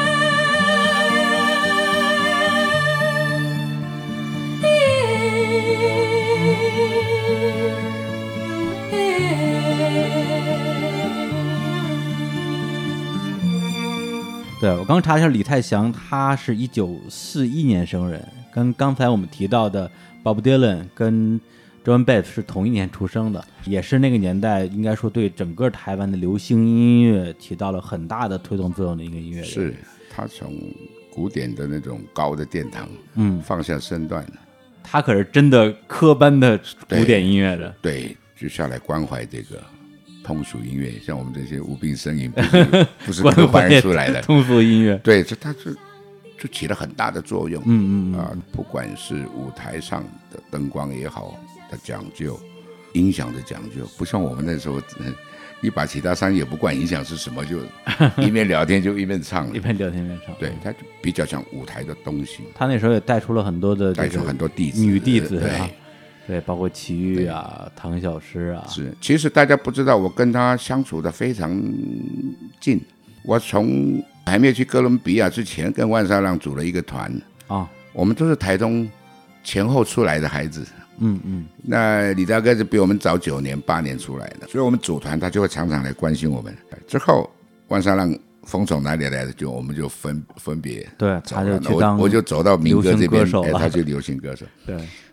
对，我刚查一下李泰祥，他是1941年生人，跟刚才我们提到的 Bob Dylan 跟 Joan Baez 是同一年出生的，也是那个年代应该说对整个台湾的流行音乐起到了很大的推动作用的一个音乐人。 是他从古典的那种高的殿堂，放下身段， 他可是真的科班的古典音乐的， 对，就下来关怀这个通俗音乐，像我们这些无病呻吟，不是科班出来的通俗音乐， 对，它就起了很大的作用。不管是舞台上的灯光也好的讲究，音响的讲究，不像我们那时候一把吉他上也不管音响是什么，就一边聊天就一边唱了， 一边聊天一边唱。 对，它就比较像舞台的东西。 他那时候也带出了很多的， 带出很多弟子， 女弟子对。 对，包括齐豫啊、唐小诗啊， 是。其实大家不知道，我跟他相处的非常近。我从还没有去哥伦比亚之前，跟万沙浪组了一个团啊，我们都是台东前后出来的孩子。那李大哥是比我们早9年8年出来的，所以我们组团，他就会常常来关心我们。之后万沙浪风从哪里来的，我们就分别， 对，他就去当我就走到民歌这边， 流行歌手了， 他就流行歌手。 对。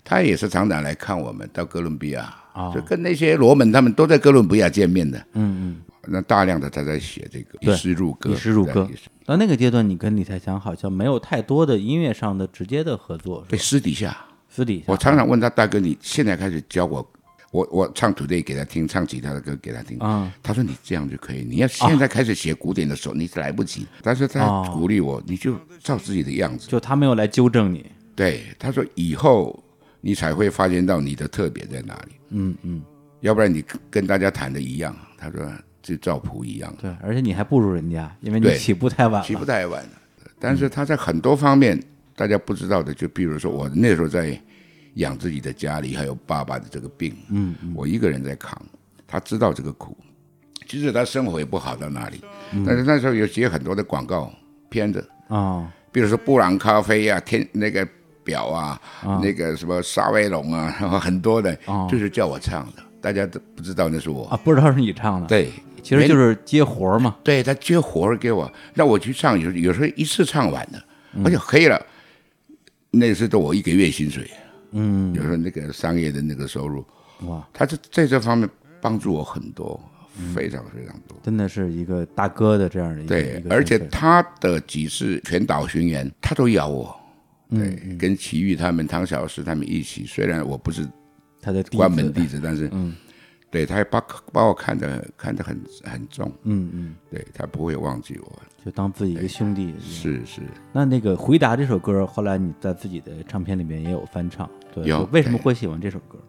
他也是常常来看我们，到哥伦比亚，就跟那些罗门他们都在哥伦比亚见面的。那大量的他在写这个《以诗入歌》。 以诗入歌。到那个阶段，你跟李泰祥好像没有太多的音乐上的直接的合作。 对，私底下。 我常常问他，大哥，你现在开始教我唱 Today 给他听，唱其他的歌给他听。他说你这样就可以，你要现在开始写古典的时候，你是来不及。但是他鼓励我，你就照自己的样子。 就他没有来纠正你。 对，他说以后你才会发现到你的特别在哪里。要不然你跟大家弹的一样。他说就照谱一样。 对，而且你还不如人家，因为你起步太晚了。 起步太晚了。但是他在很多方面大家不知道的，就比如说我那时候在养自己的家里，还有爸爸的这个病，我一个人在扛，他知道这个苦。其实他生活也不好到哪里，但是那时候有写很多的广告片子比如说布朗咖啡啊，那个表啊，那个什么沙威龙啊，然后很多的，就是叫我唱的，大家都不知道那是我不知道是你唱的。 对， 其实就是接活嘛。 对，他接活给我，让我去唱，有时候一次唱完的，而且黑了，那是都我1个月薪水。有时候那个商业的那个收入， 哇， 他在这方面帮助我很多，非常非常多， 真的是一个大哥的这样的一个。 对，而且他的几次全岛巡演，他都邀我，对，跟齐豫他们、唐小诗他们一起。虽然我不是他的关门弟子，但是对，他也把我看得很重。对，他不会忘记我， 就当自己一个兄弟。 是。 那个回答这首歌，后来你在自己的唱片里面也有翻唱。对， 有。 为什么会喜欢这首歌？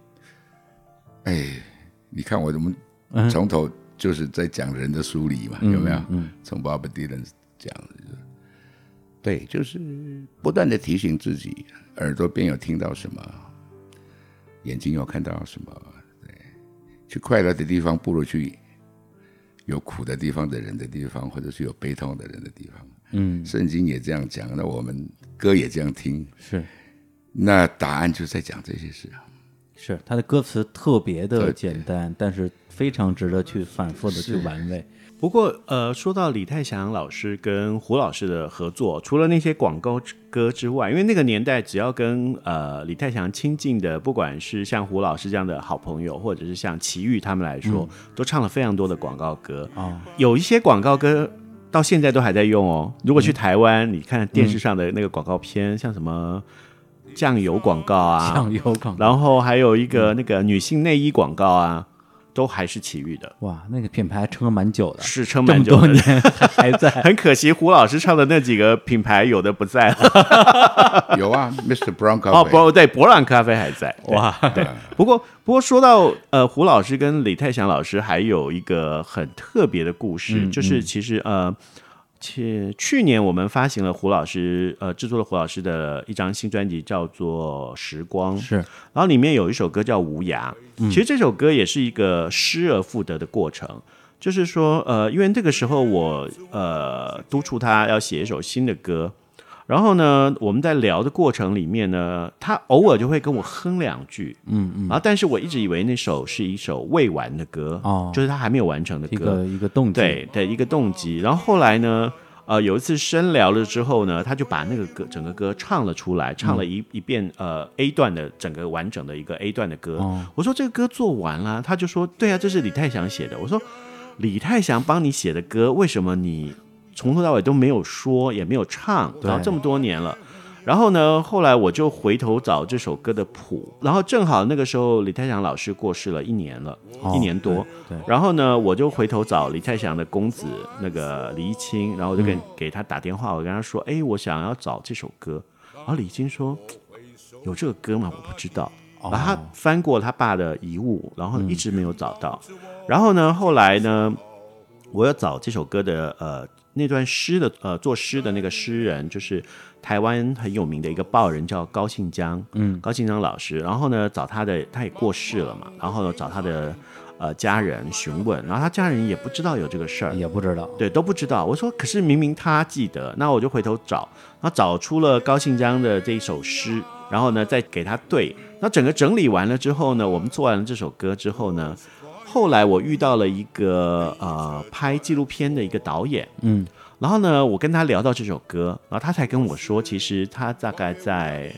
你看我从头就是在讲人的梳理嘛，有没有？从 Bob Dylan 讲，对，就是不断的提醒自己，耳朵边有听到什么，眼睛有看到什么。对，去快乐的地方，不如去有苦的地方的人的地方，或者是有悲痛的人的地方。圣经也这样讲，那我们歌也这样听， 是。 那答案就在讲这些事啊。 是，他的歌词特别的简单，但是非常值得去反复的去玩味。 不过说到李泰祥老师跟胡老师的合作，除了那些广告歌之外，因为那个年代只要跟李泰祥亲近的，不管是像胡老师这样的好朋友，或者是像齐豫他们来说，都唱了非常多的广告歌。有一些广告歌到现在都还在用哦。如果去台湾，你看电视上的那个广告片，像什么酱油广告啊， 酱油广告， 然后还有一个那个女性内衣广告啊，都还是齐豫的。 哇，那个品牌撑了蛮久的， 是撑蛮久的， 这么多年还在。 很可惜，胡老师唱的那几个品牌有的不在了。 有啊，Mr. Brown 咖啡。 对，伯朗咖啡还在。 哇， 对。不过说到胡老师跟李泰祥老师还有一个很特别的故事，就是其实去年我们发行了胡老师制作了胡老师的一张新专辑，叫做《时光》， 是。 然后里面有一首歌叫《无涯》，其实这首歌也是一个失而复得的过程。就是说因为这个时候我督促他要写一首新的歌，然后呢我们在聊的过程里面呢，他偶尔就会跟我哼2句，然后但是我一直以为那首是一首未完的歌，就是他还没有完成的歌， 一个动机， 对，一个动机。然后后来呢有一次深聊了之后呢，他就把那个歌整个歌唱了出来，唱了一遍A 段的整个完整的一个 A 段的歌。我说这个歌做完了，他就说对啊，这是李泰祥写的。我说李泰祥帮你写的歌，为什么你从头到尾都没有说也没有唱，然后这么多年了。然后呢后来我就回头找这首歌的谱，然后正好那个时候李泰祥老师过世了1年了，1年多。然后呢我就回头找李泰祥的公子那个李一清，然后我就给他打电话，我跟他说我想要找这首歌。然后李一清说有这个歌吗？我不知道。然后他翻过他爸的遗物，然后一直没有找到。然后呢后来呢我要找这首歌的那段诗的作诗的那个诗人，就是台湾很有名的一个报人叫高信江，高信江老师。然后呢找他也过世了嘛，然后呢找他的家人询问，然后他家人也不知道有这个事儿， 也不知道， 对，都不知道。我说可是明明他记得，那我就回头找，然后找出了高信江的这一首诗，然后呢再给他对。那整个整理完了之后呢，我们做完了这首歌之后呢，后来我遇到了一个拍纪录片的一个导演，然后呢我跟他聊到这首歌，然后他才跟我说，其实他大概在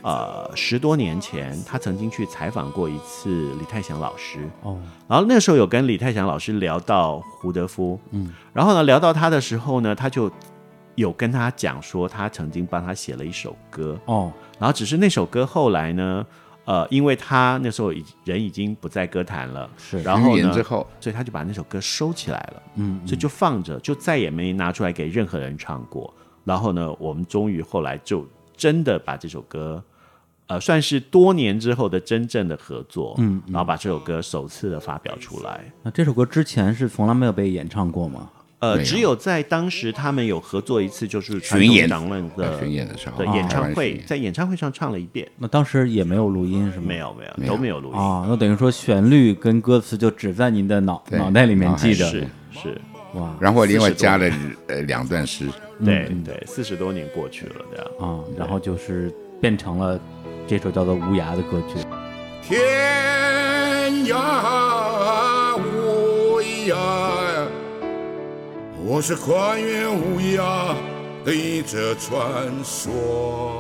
10多年前，他曾经去采访过一次李泰祥老师。 哦， 然后那时候有跟李泰祥老师聊到胡德夫，然后呢聊到他的时候呢，他就有跟他讲说，他曾经帮他写了一首歌。 哦， 然后只是那首歌后来呢，因为他那时候人已经不在歌坛了， 是， 然后呢 1年之后， 所以他就把那首歌收起来了，所以就放着，就再也没拿出来给任何人唱过。然后呢，我们终于后来就真的把这首歌，算是多年之后的真正的合作，然后把这首歌首次的发表出来。 那这首歌之前是从来没有被演唱过吗？ 只有在当时他们有合作一次，就是巡演党论的巡演的时候的演唱会， 台湾巡演在演唱会上唱了一遍。 那当时也没有录音是吗？ 没有都没有录音啊，那等于说旋律跟歌词就只在您的脑袋里面记着。 是哇， 然后另外加了2段诗。 对，40多年过去了，这样啊，然后就是变成了这首叫做《无涯》的歌曲。 天涯无涯，我是跨越无涯的一则传说。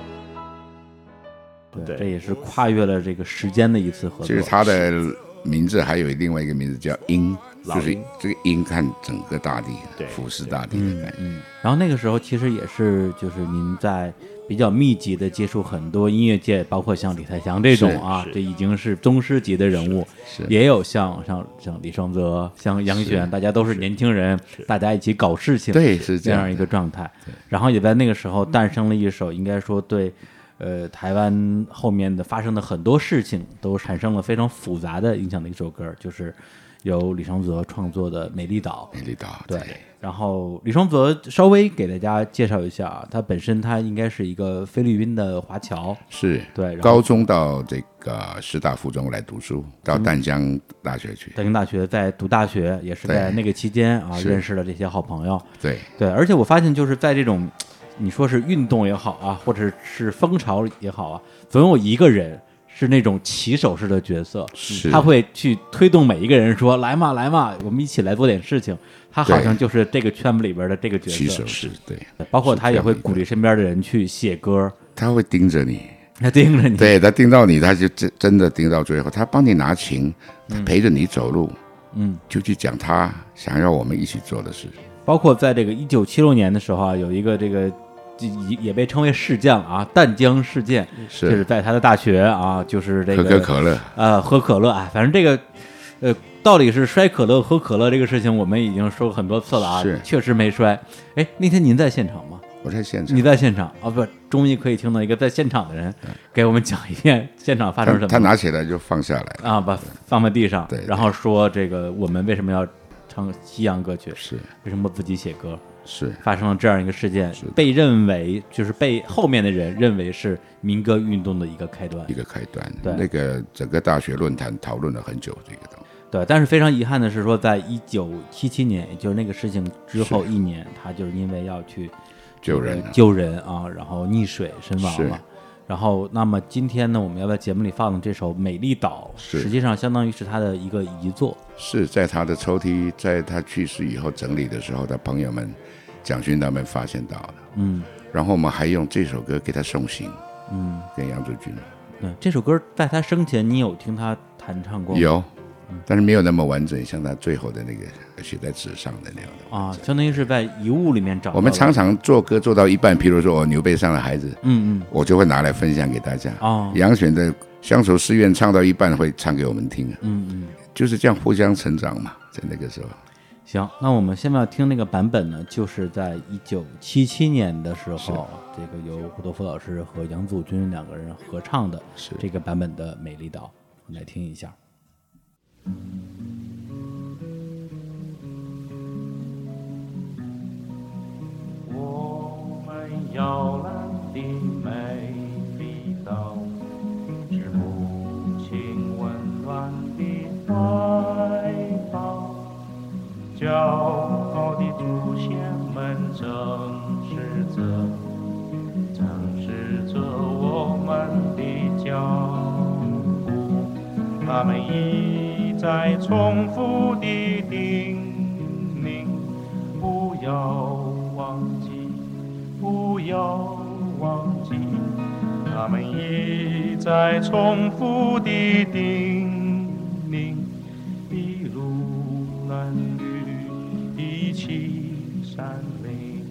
对，这也是跨越了这个时间的一次合作。 其实他的名字还有另外一个名字叫鹰，就是这个鹰看整个大地，俯视大地的感觉。 然后那个时候其实也是，就是您在比较密集的接触很多音乐界，包括像李泰祥这种啊，这已经是宗师级的人物，也有像李双泽、像杨轩，大家都是年轻人，大家一起搞事情， 对，是这样一个状态。然后也在那个时候诞生了一首，应该说对台湾后面的发生的很多事情都产生了非常复杂的影响的一首歌，就是由李双泽创作的《美丽岛》。 美丽岛， 对。然后李双泽稍微给大家介绍一下啊，他本身他应该是一个菲律宾的华侨， 是对， 高中到这个师大附中来读书，到淡江大学去。 淡江大学在读大学，也是在那个期间啊认识了这些好朋友。 对， 而且我发现就是在这种你说是运动也好啊，或者是风潮也好啊，总有一个人是那种旗手式的角色，他会去推动每一个人说来嘛来嘛，我们一起来做点事情。他好像就是这个圈子里边的这个角色， 旗手是对， 包括他也会鼓励身边的人去写歌， 他会盯着你， 他盯着你， 对，他盯到你，他就真的盯到最后，他帮你拿琴，他陪着你走路，就去讲他想要我们一起做的事。 包括在这个1976年的时候啊，有一个这个也被称为事件啊，淡江事件，就是在他的大学啊，就是这个喝可乐， 喝可乐啊，反正这个到底是摔可乐喝可乐这个事情，我们已经说过很多次了啊，确实没摔。哎，那天您在现场吗？ 我在现场。 你在现场啊？不，终于可以听到一个在现场的人给我们讲一遍现场发生什么。 他拿起来就放下来啊，放在地上， 对， 然后说这个我们为什么要唱西洋歌曲？ 是为什么自己写歌？ 是发生了这样一个事件，被认为就是被后面的人认为是民歌运动的一个开端， 对，那个整个大学论坛讨论了很久这个东西。 对，但是非常遗憾的是说，在1977年，也就是那个事情之后1年，他就是因为要去救人啊，然后溺水身亡了。然后，那么今天呢，我们要在节目里放的这首《美丽岛》，实际上相当于是他的一个遗作。 是在他的抽屉，在他去世以后整理的时候，他朋友们蒋勋他们发现到的。然后我们还用这首歌给他送行。跟杨祖君。 这首歌在他生前，你有听他弹唱过吗？ 有。但是没有那么完整，像他最后的那个写在纸上的那样的啊，相当于是在遗物里面找到。 我们常常做歌做到一半，譬如说我牛背上的孩子，我就会拿来分享给大家。杨选的乡愁诗愿唱到一半会唱给我们听，就是这样互相成长嘛，在那个时候。 行，那我们现在要听那个版本呢，就是在1977年的时候，这个由胡德夫老师和杨祖君2个人合唱的这个版本的《美丽岛》，我们来听一下。 我们摇篮的美丽岛，是母亲温暖的怀抱，骄傲的祖先们正视着我们的脚步，他们一再重复的叮咛，不要忘记，不要忘记， 他们一再重复地叮咛，筚路蓝缕，一起闪灵。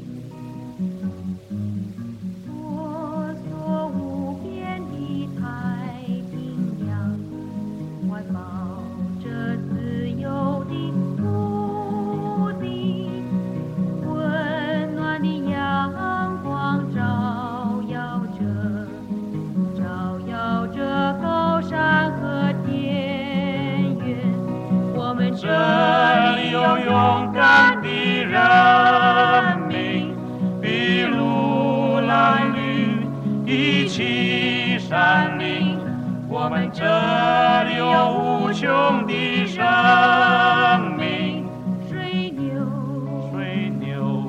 婆娑无边的太平洋，怀抱着自由的土地，温暖的阳光照耀着高山和田园。我们这里有勇敢的人民，筚路蓝缕，一起闪灵。我们这里有无穷的生命， 水牛、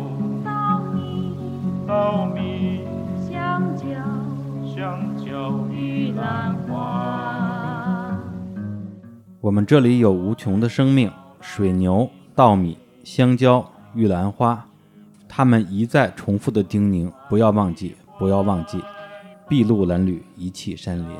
稻米、 香蕉、 玉兰花。 我们这里有无穷的生命，水牛、稻米、香蕉、玉兰花。他们一再重复的叮咛，不要忘记，不要忘记，筚路蓝缕，一起山林。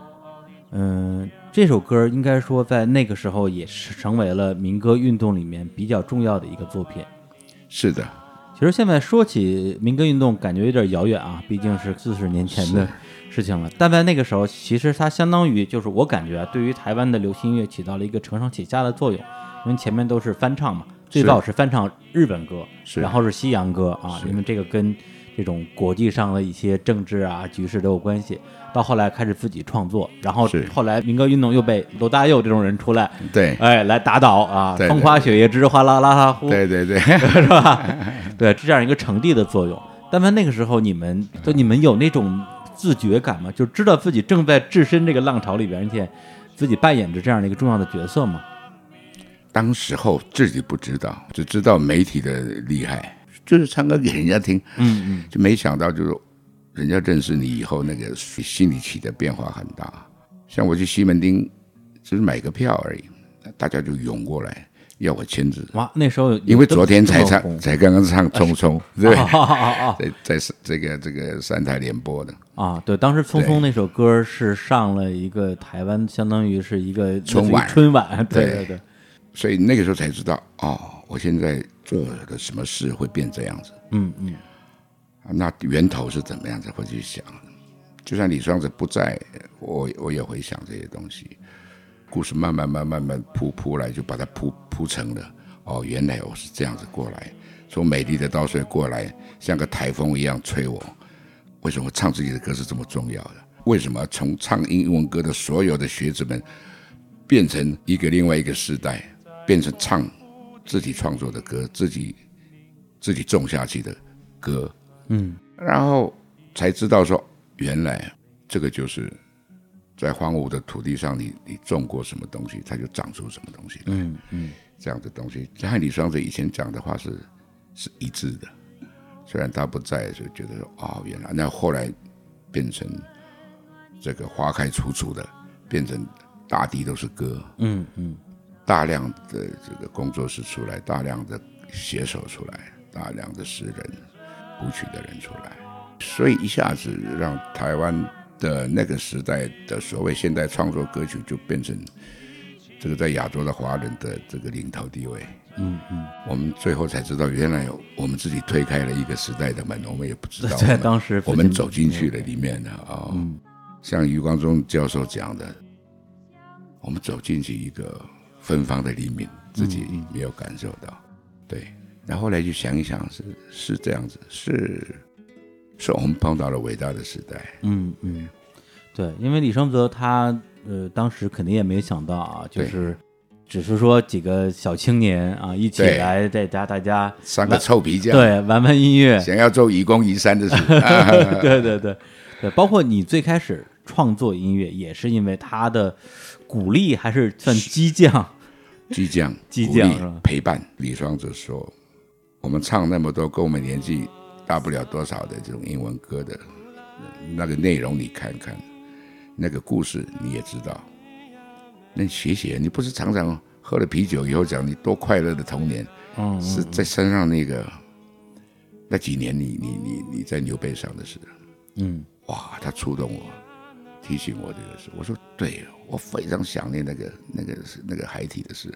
这首歌应该说在那个时候也是成为了民歌运动里面比较重要的一个作品。 是的， 其实现在说起民歌运动，感觉有点遥远啊，毕竟是40年前的事情了。但在那个时候，其实它相当于就是我感觉啊，对于台湾的流行音乐起到了一个承上启下的作用，因为前面都是翻唱嘛，最早是翻唱日本歌，然后是西洋歌啊，因为这个跟这种国际上的一些政治啊局势都有关系。到后来开始自己创作，然后后来民歌运动又被罗大佑这种人出来， 对， 来打倒啊， 对对风花雪月之哗啦啦啦呼， 对对对， 是吧？对，这样一个承递的作用。但在那个时候，你们有那种自觉感吗？就知道自己正在置身这个浪潮里边，而且自己扮演着这样的一个重要的角色吗？ 当时候自己不知道，只知道媒体的厉害，就是唱歌给人家听，就没想到就是人家认识你以后，那个心里起的变化很大。像我去西门町，只是买个票而已，大家就涌过来要我签字。 哇，那时候因为昨天才刚刚唱《匆匆》，对，在这个3台联播的啊，对，当时《匆匆》那首歌是上了一个台湾，相当于是一个春晚，对对。 所以那个时候才知道，我现在做个什么事会变这样子。那源头是怎么样子会去想？就算李双泽不在，我也会想这些东西。故事慢慢铺来，就把它铺成了。原来我是这样子过来，从美丽的稻穗过来，像个台风一样吹我。为什么唱自己的歌是这么重要的？为什么从唱英文歌的所有的学子们变成另外一个时代，变成唱自己创作的歌，自己种下去的歌？然后才知道说，原来这个就是在荒芜的土地上，你种过什么东西，它就长出什么东西来。这样的东西，和李双泽以前讲的话是一致的。虽然他不在，就觉得说，原来那后来变成这个花开楚楚的，变成大地都是歌。大量的这个工作室出来，大量的写手出来，大量的诗人、谱曲的人出来，所以一下子让台湾的那个时代的所谓现代创作歌曲就变成这个在亚洲的华人的这个领头地位。我们最后才知道，原来我们自己推开了一个时代的门，我们也不知道。 在当时我们走进去了里面像余光中教授讲的，我们走进去一个芬芳的黎明，自己没有感受到。对，然后后来就想一想，是这样子，是我们碰到了伟大的时代。 对，因为李双泽他当时肯定也没有想到啊，就是只是说几个小青年啊一起来在大家三个臭皮匠， 对，玩音乐， 想要做移公移山的事。 对，包括你最开始创作音乐也是因为他的鼓励，还是算激将是吧？ 陪伴。李双泽说，我们唱那么多跟我们年纪大不了多少的这种英文歌的那个内容，你看看那个故事你也知道，那写你不是常常喝了啤酒以后讲你多快乐的童年，是在山上那几年你在牛背上的事。 哇，他触动我，提醒我这个事。我说对，我非常想念那个海体的事。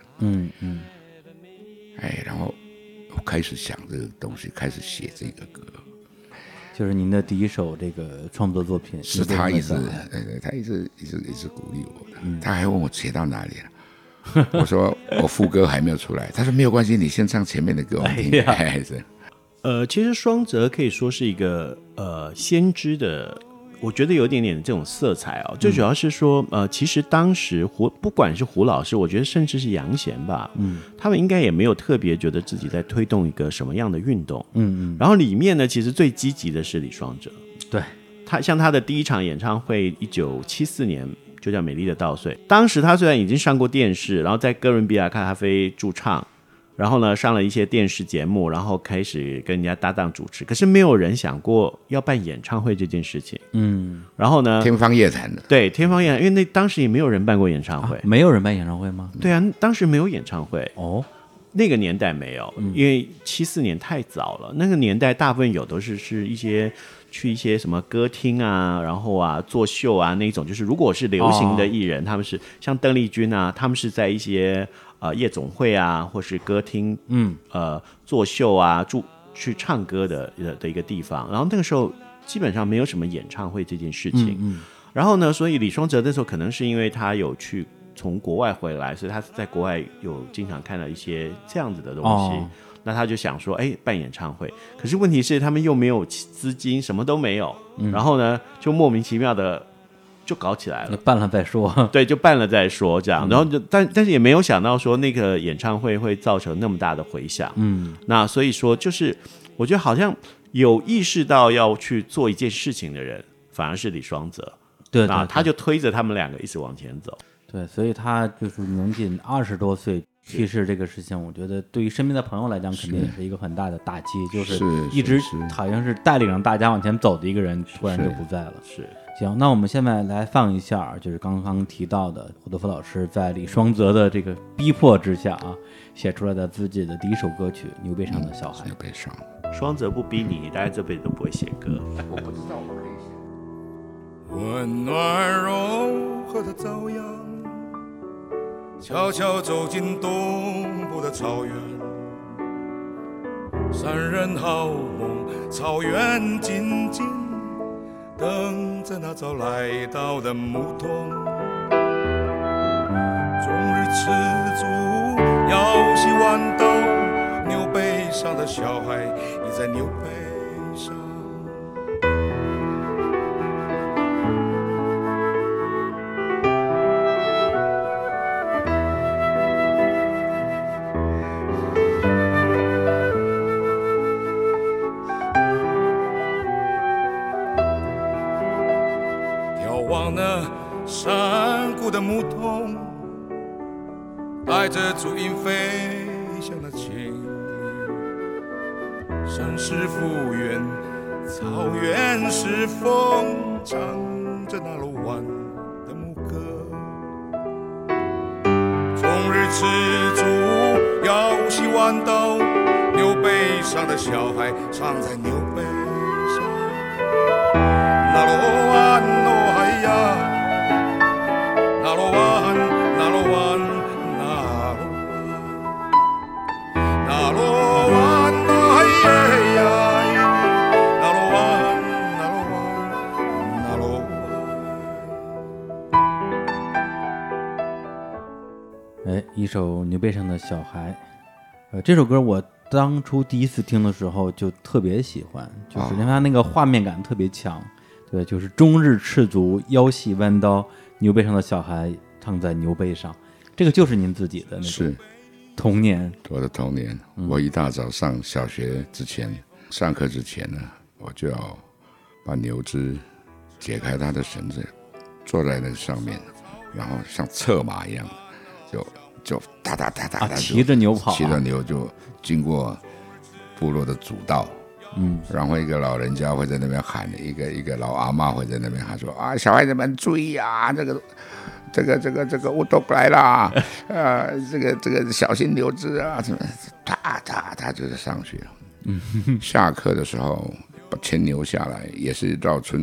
然后我开始想这个东西，开始写这个歌。 就是您的第一首这个创作作品， 是他一直鼓励我的。他还问我写到哪里了，我说我副歌还没有出来。他说没有关系，你先唱前面的歌我们听。 其实双泽可以说是一个先知的，我觉得有一点点这种色彩哦。最主要是说其实当时不管是胡老师，我觉得甚至是杨贤吧，他们应该也没有特别觉得自己在推动一个什么样的运动。然后里面呢，其实最积极的是李双泽。 对， 像他的第一场演唱会1974年就叫《美丽的稻穗》，当时他虽然已经上过电视，然后在哥伦比亚咖啡驻唱，然后呢上了一些电视节目，然后开始跟人家搭档主持，可是没有人想过要办演唱会这件事情。然后呢， 天方夜谭的。 对，天方夜谭，因为当时也没有人办过演唱会。 没有人办演唱会吗？ 对啊，当时没有演唱会。那个年代没有，因为74年太早了。那个年代大部分有都是去一些什么歌厅啊，然后做秀啊那种，就是如果是流行的艺人，他们是像邓丽君啊，他们是在一些夜总会啊，或是歌厅做秀啊，去唱歌的一个地方。然后那个时候基本上没有什么演唱会这件事情。然后呢，所以李双泽那时候可能是因为他有去从国外回来，所以他在国外有经常看到一些这样子的东西。那他就想说办演唱会，可是问题是他们又没有资金，什么都没有。然后呢就莫名其妙的就搞起来了， 办了再说。 对，就办了再说这样。然后但是也没有想到说那个演唱会会造成那么大的回响。那所以说就是我觉得好像有意识到要去做一件事情的人反而是李双泽。 对， 他就推着他们两个一直往前走。 对，所以他就是年仅20多岁去世这个事情，我觉得对于身边的朋友来讲，肯定也是一个很大的打击。就是一直好像是带领着大家往前走的一个人，突然就不在了。行，那我们现在来放一下，就是刚刚提到的胡德夫老师在李双泽的这个逼迫之下写出来的自己的第一首歌曲《牛背上的小孩》。 牛背上， 双泽不逼你，大概这辈子都不会写歌。 我不知道我可以写。 温暖柔和的朝阳，悄悄走进东部的草原，三人好梦，草原静静等着那早来到的牧童。终日吃足，腰系弯刀，牛背上的小孩倚在牛背上。山谷的牧童带着足音飞向那情侣，山是复原，草原是风，唱着那路湾的牧歌。终日吃足，腰系弯刀，牛背上的小孩藏在牛背上。那路湾哦嗨呀，那罗湾，那罗湾，那罗湾，哎呀，那罗湾，那罗湾，那罗湾。一首牛背上的小孩，这首歌我当初第一次听的时候就特别喜欢，就是因为它那个画面感特别强。对，就是终日赤足，腰系弯刀，牛背上的小孩躺在牛背上，这个就是您自己的那种童年。 我的童年，我一大早上小学之前，上课之前呢，我就要把牛只解开它的绳子，坐在那个上面，然后像策马一样，就哒哒哒哒哒， 骑着牛跑， 骑着牛就经过部落的主道。然后一个老人家会在那边喊，一个老阿嬷会在那边喊说啊，小孩子们注意啊，这个乌都来啦，这个小心牛只啊，什么，他就是上去了。下课的时候把牵牛下来，也是到村庄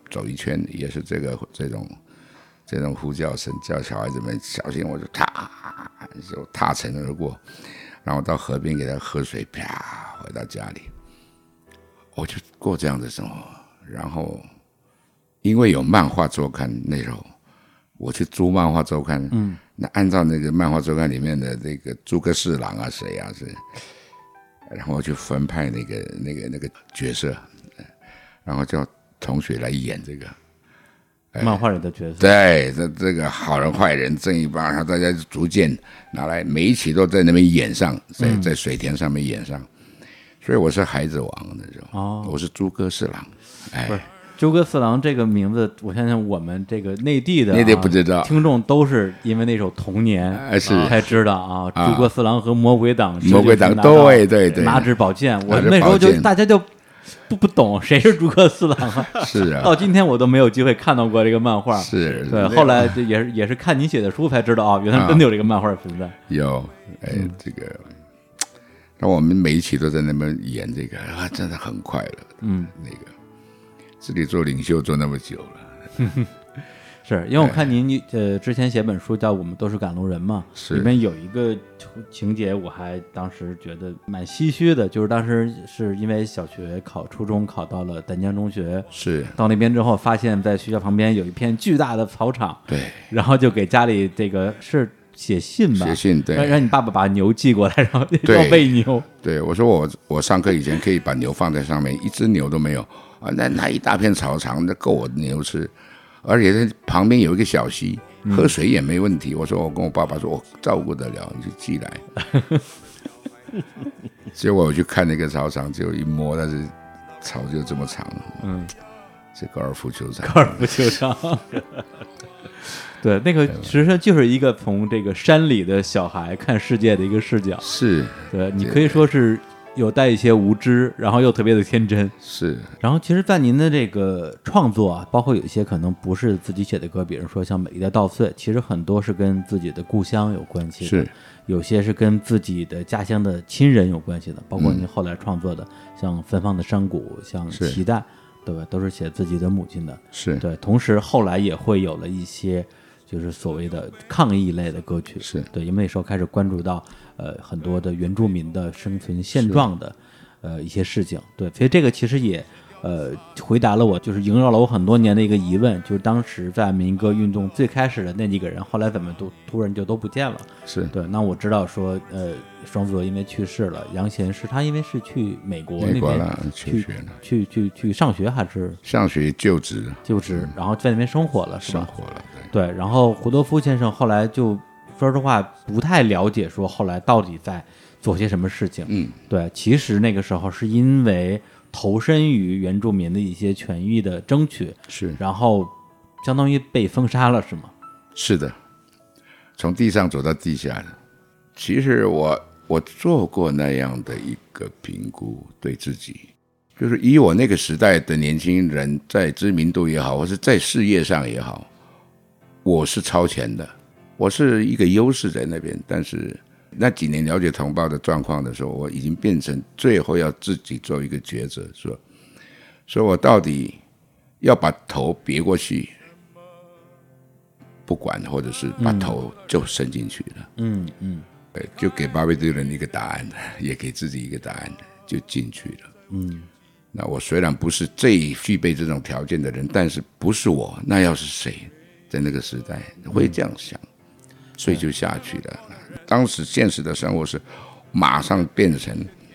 走一圈，也是这种呼叫声，叫小孩子们小心，我就踏尘而过，然后到河边给他喝水，啪回到家里，我就过这样的生活。然后因为有漫画周刊，那时候我去租漫画周刊，那按照那个漫画周刊里面的这个诸葛四郎啊谁啊是，然后我就分派那个角色，然后叫同学来演这个漫画里的角色。 对，这个好人坏人正义帮，然后大家逐渐拿来，每一期都在那边演上，在水田上面演上，所以我是孩子王那种，我是诸葛四郎， 不是诸葛四郎这个名字，我相信我们这个内地的不知道听众都是因为那首《童年》才知道啊。诸葛四郎和魔鬼党， 对， 拿着宝剑，我那时候就大家就不懂谁是诸葛四郎啊。 是啊， 到今天我都没有机会看到过这个漫画。 是， 对，后来也是看你写的书才知道啊，原来真的有这个漫画存在。 有，这个，那我们每一期都在那边演这个啊，真的很快乐。那个。自己做领袖做那么久了， 是因为我看您之前写本书叫《我们都是赶路人》嘛，里面有一个情节，我还当时觉得蛮唏嘘的，就是当时是因为小学初中考到了丹江中学， 是到那边之后发现，在学校旁边有一片巨大的草场， 对， 然后就给家里这个是写信吧， 写信对， 让你爸爸把牛寄过来，然后要喂牛。 对，我说我上课以前可以把牛放在上面，一只牛都没有。啊，那一大片草场，那够我牛吃，而且旁边有一个小溪，喝水也没问题。我说我跟我爸爸说，我照顾得了，你就寄来。结果我去看那个草场，就一摸，但是草就这么长，是高尔夫球场。 对，那个实际上就是一个从这个山里的小孩看世界的一个视角。 是， 对，你可以说是。有带一些无知，然后又特别的天真， 是。 然后其实，在您的这个创作啊，包括有一些可能不是自己写的歌，比如说像《美丽的稻穗》，其实很多是跟自己的故乡有关系的， 是。 有些是跟自己的家乡的亲人有关系的，包括您后来创作的，像《芬芳的山谷》、像《脐带》，对吧？都是写自己的母亲的， 是对。同时，后来也会有了一些就是所谓的抗议类的歌曲， 是对，因为那时候开始关注到。很多的原住民的生存现状的一些事情，对，所以这个其实也回答了我就是萦绕了我很多年的一个疑问，就是当时在民歌运动最开始的那几个人，后来怎么突然就都不见了？ 是对。那我知道说双子座因为去世了，杨贤是他因为是去美国那边去上学还是上学就职， 然后在那边生活了，是吧？ 生活了， 对。然后胡多夫先生后来就。说实话，不太了解说后来到底在做些什么事情。对，其实那个时候是因为投身于原住民的一些权益的争取， 是， 然后相当于被封杀了，是吗？ 是的，从地上走到地下的。其实我做过那样的一个评估，对自己，就是以我那个时代的年轻人，在知名度也好，或是在事业上也好，我是超前的。我是一个优势在那边，但是那几年了解同胞的状况的时候，我已经变成最后要自己做一个抉择，说我到底要把头别过去不管，或者是把头就伸进去了。对，就给巴贝蒂人一个答案，也给自己一个答案，就进去了。那我虽然不是最具备这种条件的人，但是不是我，那要是谁在那个时代会这样想？所以就下去了。当时现实的生活是马上变成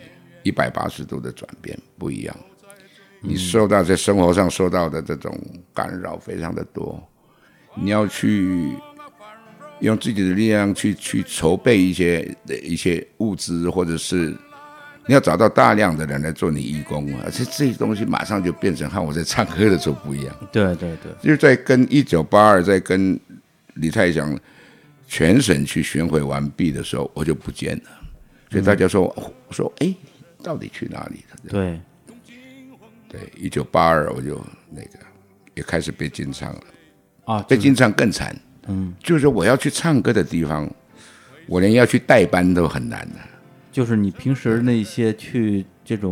180度的转变，不一样。你在生活上受到的这种干扰非常的多，你要去用自己的力量去筹备一些物资，或者是你要找到大量的人来做你义工，而且这些东西马上就变成和我在唱歌的时候不一样。 对， 就是在跟1982在跟李泰祥全省去巡回完毕的时候，我就不见了，所以大家说，到底去哪里了？对，1982我就那个也开始被禁唱了啊， 被禁唱更惨。就是我要去唱歌的地方，我连要去代班都很难的。 就是你平时那些去这种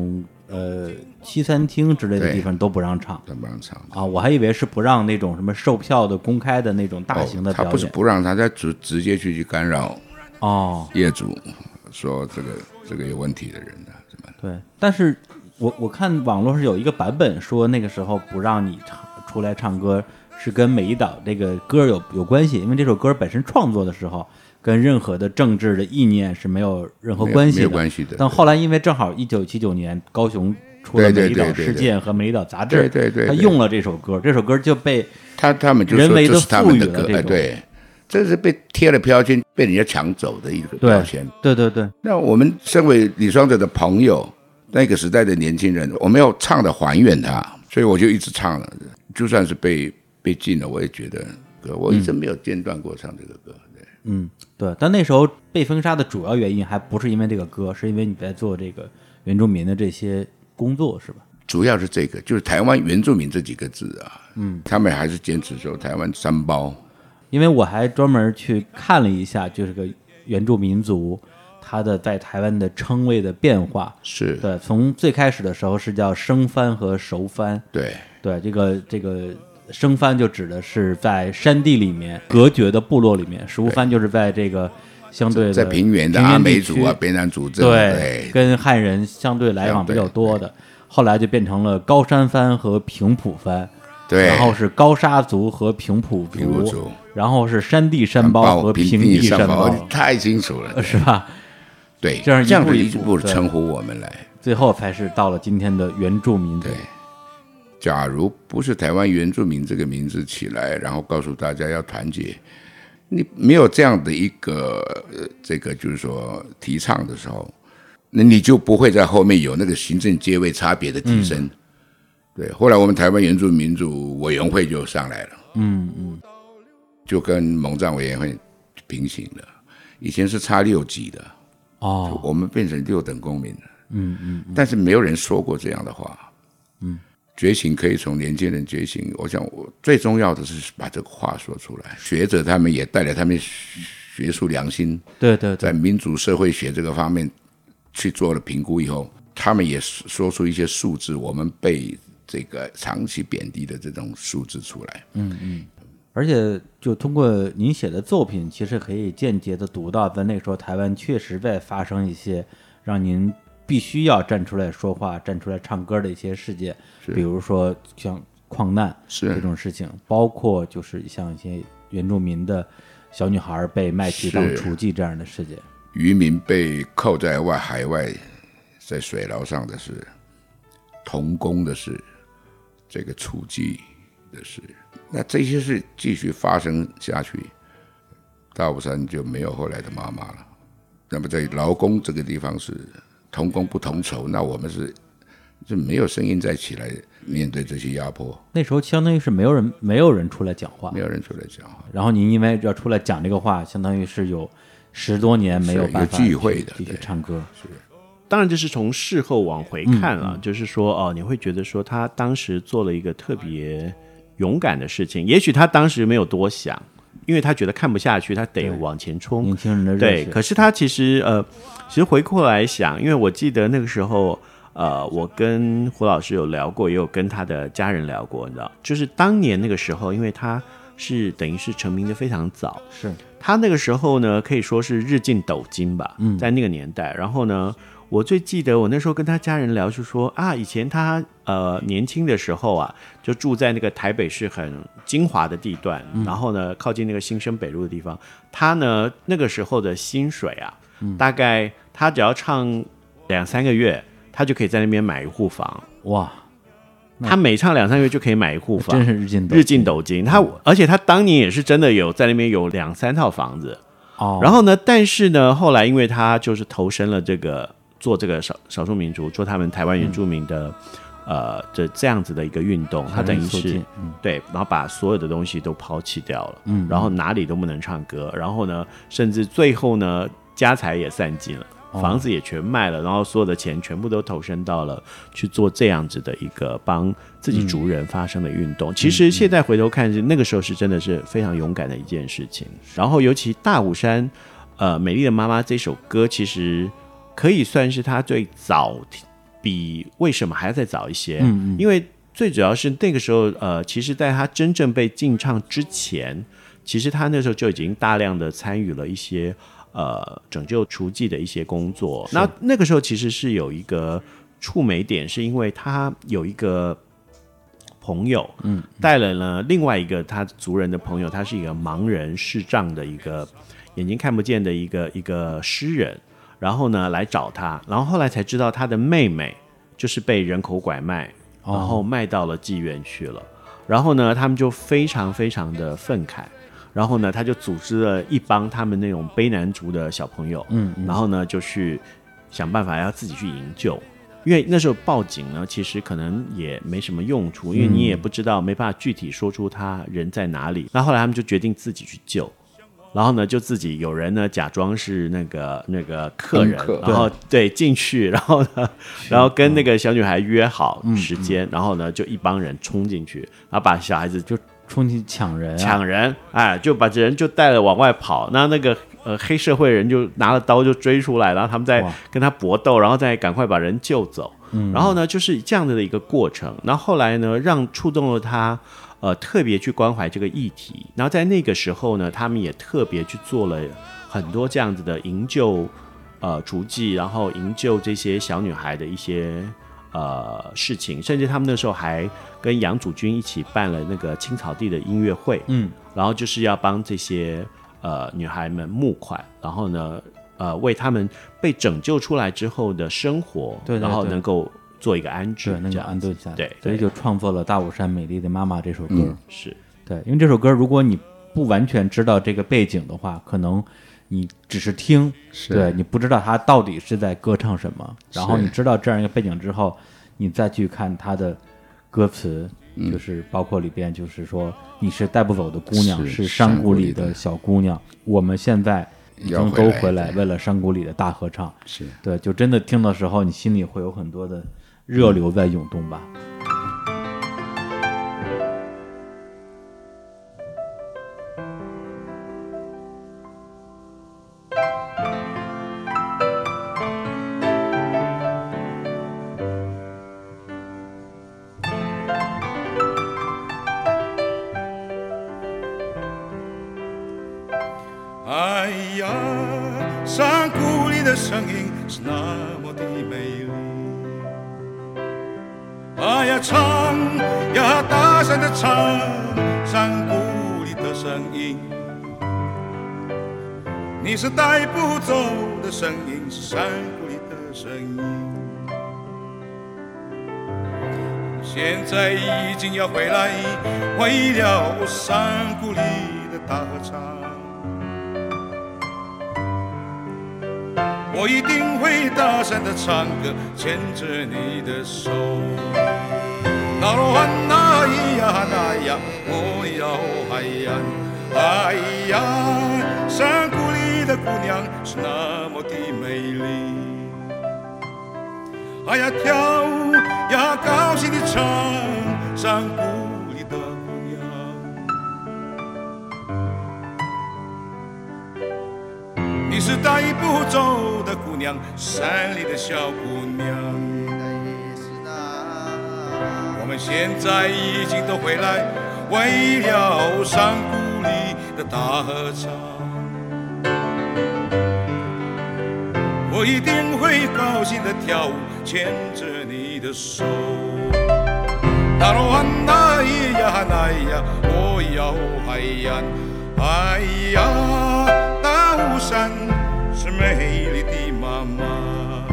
西餐厅之类的地方都不让唱， 不让唱啊，我还以为是不让那种什么售票的公开的那种大型的表演。 他不是不让，他直接去干扰业主，说这个有问题的人啊什么的。 对，但是我看网络上有一个版本说那个时候不让你出来唱歌是跟美丽岛这个歌有关系，因为这首歌本身创作的时候跟任何的政治的意念是没有任何关系的， 没有关系的。 但后来因为正好1979年高雄出了美丽岛事件和美丽岛杂志， 对， 他用了这首歌，这首歌就被他们就说人为的赋予了这种，对，这是被贴了标签，被人家抢走的一个标签。 对。 那我们身为李双泽的朋友，那个时代的年轻人，我们要唱的还原他，所以我就一直唱了，就算是被禁了，我也觉得我一直没有间断过唱这个歌。 对，但那时候被封杀的主要原因还不是因为这个歌，是因为你在做这个原住民的这些工作，是吧？ 主要是这个，就是台湾原住民这几个字啊，他们还是坚持说台湾三胞。 因为我还专门去看了一下，就是个原住民族它的在台湾的称谓的变化， 是对，从最开始的时候是叫生番和熟番， 对， 这个生番就指的是在山地里面隔绝的部落里面，熟番就是在这个相对的在平原的阿美族啊、卑南族这对，跟汉人相对来往比较多的，后来就变成了高山番和平埔番， 对， 然后是高沙族和平埔族，然后是山地山胞和平地山胞， 太清楚了， 是吧？ 对， 这样一步称呼我们来， 最后才是到了今天的原住民族。 对，假如不是台湾原住民这个名字起来，然后告诉大家要团结，你没有这样的一个这个就是说提倡的时候，那你就不会在后面有那个行政阶位差别的提升。对，后来我们台湾原住民族委员会就上来了，就跟蒙藏委员会平行了。以前是差6级的，我们变成6等公民了，但是没有人说过这样的话，觉醒可以从年轻人觉醒，我想最重要的是把这个话说出来。学者他们也带着他们学术良心， 对， 在民主社会学这个方面去做了评估以后，他们也说出一些数字，我们被这个长期贬低的这种数字出来。 而且就通过您写的作品，其实可以间接的读到，在那个时候台湾确实在发生一些让您必须要站出来说话、站出来唱歌的一些事件，比如说像矿难这种事情，包括就是像一些原住民的小女孩被卖去当雏妓这样的事件， 渔民被扣在海外，在水牢上的事，童工的事，这个雏妓的事，那这些事继续发生下去，大武山就没有后来的妈妈了。那么在劳工这个地方是同工不同酬，那我们就没有声音再起来面对这些压迫。 那时候相当于是没有人出来讲话， 没有人出来讲话。 然后您因为要出来讲这个话，相当于是有10多年没有办法有机会的继续唱歌。 是， 当然这是从事后往回看了，就是说你会觉得说他当时做了一个特别勇敢的事情，也许他当时没有多想，因为他觉得看不下去，他得往前冲。 年轻人的热血。 对，可是他其实回过来想，因为我记得那个时候我跟胡老师有聊过，也有跟他的家人聊过，你知道，就是当年那个时候，因为他是等于是成名的非常早， 是他那个时候呢可以说是日进斗金吧，在那个年代。然后呢，我最记得我那时候跟他家人聊，就说以前他年轻的时候就住在那个台北市很精华的地段，然后呢靠近那个新生北路的地方。他呢那个时候的薪水大概他只要唱2-3个月，他就可以在那边买一户房。哇！他每唱2-3个月就可以买一户房， 真是日进斗金。 而且他当年也是真的有在那边有2-3套房子。然后呢，但是呢，后来因为他就是投身了做这个少数民族，做他们台湾原住民的这样子的一个运动，他等于是对，然后把所有的东西都抛弃掉了，然后哪里都不能唱歌，然后呢，甚至最后呢，家财也散尽了。房子也全卖了，然后所有的钱全部都投身到了去做这样子的一个帮自己族人发声的运动。其实现在回头看，那个时候是真的是非常勇敢的一件事情。然后尤其大武山美丽的妈妈这首歌，其实可以算是他最早比为什么还要再早一些， 嗯因为最主要是那个时候，其实在他真正被禁唱之前，其实他那时候就已经大量的参与了一些拯救雏妓的一些工作。那个时候其实是有一个触媒点，是因为他有一个朋友，带了呢另外一个他族人的朋友，他是一个盲人视障的一个眼睛看不见的一个诗人，然后呢来找他，然后后来才知道他的妹妹就是被人口拐卖。然后卖到了妓院去了，然后呢，他们就非常非常的愤慨，然后呢，他就组织了一帮他们那种卑南族的小朋友，然后呢，就去想办法要自己去营救，因为那时候报警呢，其实可能也没什么用处，因为你也不知道，没办法具体说出他人在哪里。那后来他们就决定自己去救。然后呢，就自己有人呢假装是那个客人，然后对进去，然后呢，然后跟那个小女孩约好时间，然后呢就一帮人冲进去，然后把小孩子就冲进去抢人， 哎，就把人就带了往外跑。那个黑社会人就拿了刀就追出来，然后他们再跟他搏斗，然后再赶快把人救走。然后呢，就是这样的一个过程。然后后来呢，触动了他。特别去关怀这个议题，然后在那个时候呢，他们也特别去做了很多这样子的营救雏妓，然后营救这些小女孩的一些事情，甚至他们那时候还跟杨祖君一起办了那个青草地的音乐会，然后就是要帮这些女孩们募款，然后呢为他们被拯救出来之后的生活， 对， 然后能够做一个安置， 对，能够安顿下来。 对， 所以就创作了《大武山美丽的妈妈》这首歌。 是对，因为这首歌如果你不完全知道这个背景的话，可能你只是听，对，你不知道他到底是在歌唱什么。然后你知道这样一个背景之后，你再去看他的歌词，就是包括里边就是说你是带不走的姑娘，是山谷里的小姑娘，我们现在已经都回来，为了山谷里的大合唱。 是对，就真的听的时候，你心里会有很多的热流在涌动吧。 哎呀，山谷里的声音是那么的美丽。哎呀，唱呀，大声的唱，山谷里的声音。你是带不走的声音，是山谷里的声音。现在已经要回来，为了山谷里的大合唱。我一定会大声地唱歌，牵着你的手。那罗汉那咿呀那呀，我要海洋。哎呀，山谷里的姑娘是那么的美丽。哎呀，跳呀，高兴地唱，山谷里的姑娘。你是带不走的姑娘，山里的小姑娘。我们现在已经都回来，为了山谷里的大合唱。我一定会高兴地跳舞，牵着你的手。那罗汉那咿呀那呀，我要海洋。哎呀，大武山是美丽的妈妈。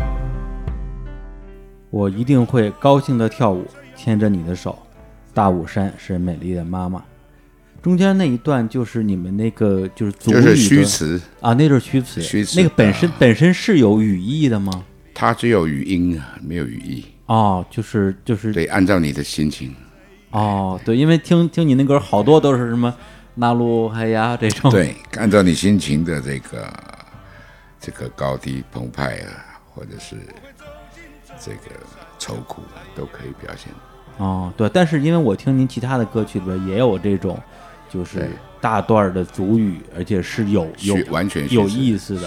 我一定会高兴地跳舞，牵着你的手。大武山是美丽的妈妈。中间那一段就是你们那个就是族语的， 就是虚词啊，那就是虚词。 虚词那个本身是有语义的吗？ 它只有语音啊，没有语义。 哦，就是对，按照你的心情。 哦，对，因为听你那歌好多都是什么那鲁海呀这种。 对，按照你心情的这个高低澎湃啊，或者是这个愁苦都可以表现。 哦，对，但是因为我听您其他的歌曲里边也有这种，就是大段的族语，而且是有完全有意思的。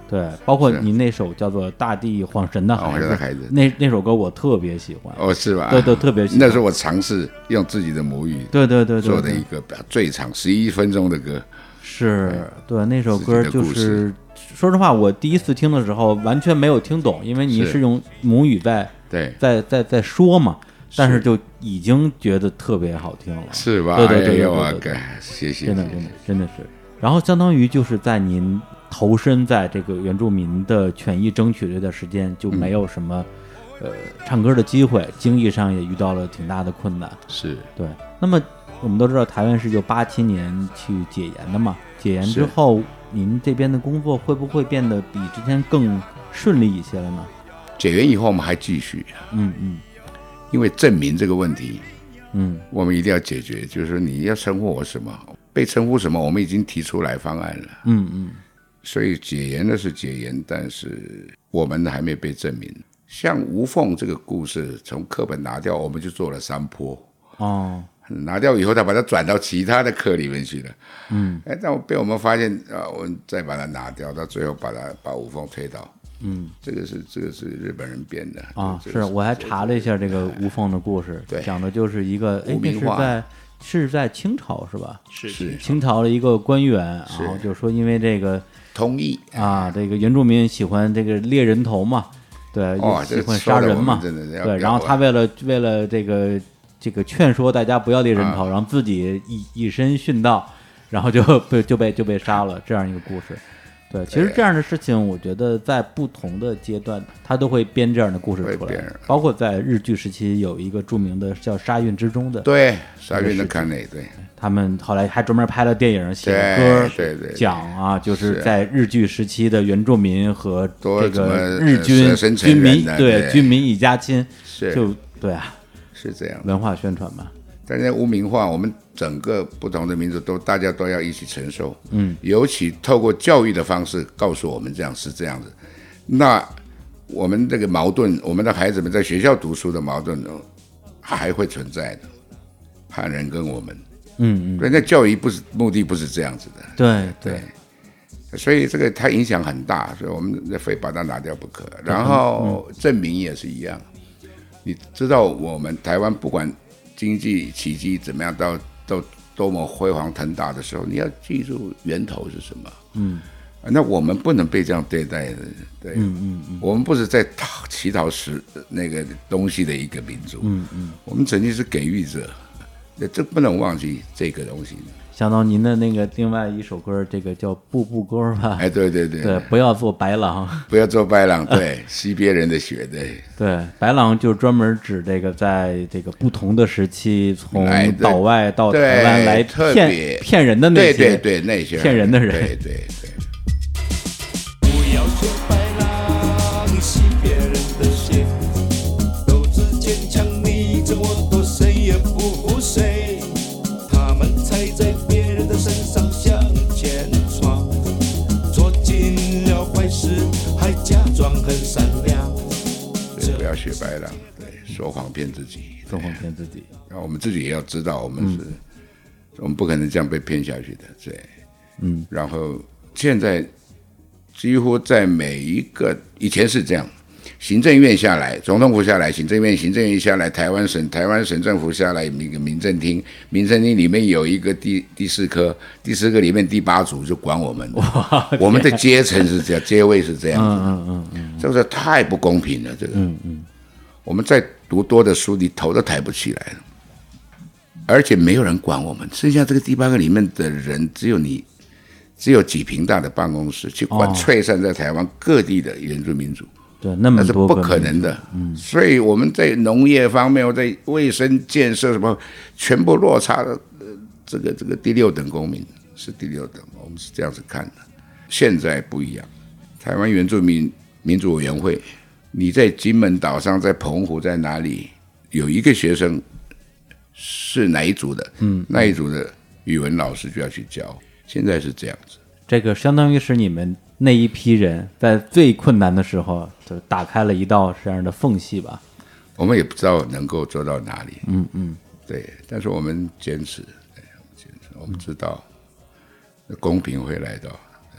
对，包括是你那首叫做《大地晃神的孩子》， 的孩子那首歌我特别喜欢。 哦，是吧？ 对对，特别喜欢。 那是我尝试用自己的母语对做的一个最长11分钟的歌。 是，对，那首歌就是说实话，我第一次听的时候完全没有听懂，因为你是用母语在说嘛，但是就已经觉得特别好听了， 是吧？ 对对对对，谢谢， 真的是。然后相当于就是在您投身在这个原住民的权益争取这段时间，就没有什么唱歌的机会，经济上也遇到了挺大的困难。 是， 对。那么我们都知道台湾是1987年去解严的嘛，解严之后您这边的工作会不会变得比之前更顺利一些了呢？ 解严以后我们还继续，因为证明这个问题，我们一定要解决，就是说你要称呼我什么，被称呼什么，我们已经提出来方案了，所以解严的是解严，但是我们还没被证明。像吴凤这个故事从课本拿掉，我们就做了山坡，拿掉以后他把它转到其他的课里面去了，但被我们发现我们再把它拿掉，到最后把吴凤推倒，这个是日本人编的啊， 是我还查了一下这个吴凤的故事，讲的就是一个污名化， 是在清朝是吧？ 是清朝的一个官员，然后就说因为这个通义啊，这个原住民喜欢这个猎人头嘛，对，喜欢杀人嘛，对，然后他为了这个劝说大家不要猎人头，然后自己以身殉道，然后就被杀了，这样一个故事。对，其实这样的事情，我觉得在不同的阶段，他都会编这样的故事出来。包括在日据时期，有一个著名的叫《沙运之中》的， 对，沙运的看内，对， 他们后来还专门拍了电影，写歌，对，讲啊，就是在日据时期的原住民和这个日军军民，对，军民一家亲，就对啊， 是这样， 文化宣传嘛。 但是污名化，我们整个不同的民族大家都要一起承受。尤其透过教育的方式告诉我们这样是这样子，那我们这个矛盾，我们的孩子们在学校读书的矛盾还会存在的，汉人跟我们，对，那教育目的不是这样子的，对，所以这个它影响很大，所以我们非把它拿掉不可。然后证明也是一样，你知道我们台湾不管经济奇迹怎么样，到多么辉煌腾达的时候，你要记住源头是什么。那我们不能被这样对待的，对，我们不是在乞讨那个东西的一个民族，我们曾经是给予者，这不能忘记这个东西。 想到您的那个另外一首歌，这个叫《步步歌》吧？ 哎，对， 不要做白狼， 不要做白狼，对，吸别人的血， 对，白狼就专门指这个在这个不同的时期从岛外到台湾来骗人的那些， 对，那些骗人的人， 对。 不要做白狼，吸别人的血，斗志坚强，你争我夺，谁也不服谁。他们踩在别人的身上向前闯，做尽了坏事还假装很善良。 所以不要学白狼，对，说谎骗自己，然后我们自己也要知道，我们不可能这样被骗下去的，对，然后现在几乎在每一个，以前是这样。行政院下来，总统府下来，行政院下来，台湾省政府下来，一个民政厅里面有一个第四科里面第8组就管我们，我们的阶层是这样，阶位是这样子，这个太不公平了，这个，我们再读多的书，你头都抬不起来了，而且没有人管我们，剩下这个第8个里面的人，只有几坪大的办公室去管璀璨在台湾各地的原住民族。 对，那么多那是不可能的，所以我们在农业方面，在卫生建设什么，全部落差的这个第6等公民是第6等，我们是这样子看的。现在不一样，台湾原住民民主委员会，你在金门岛上，在澎湖，在哪里有一个学生是哪一组的，那一组的语文老师就要去教，现在是这样子。 这个相当于是你们那一批人在最困难的时候就打开了一道这样的缝隙吧。 我们也不知道能够做到哪里，对，但是我们坚持，我们知道公平会来到，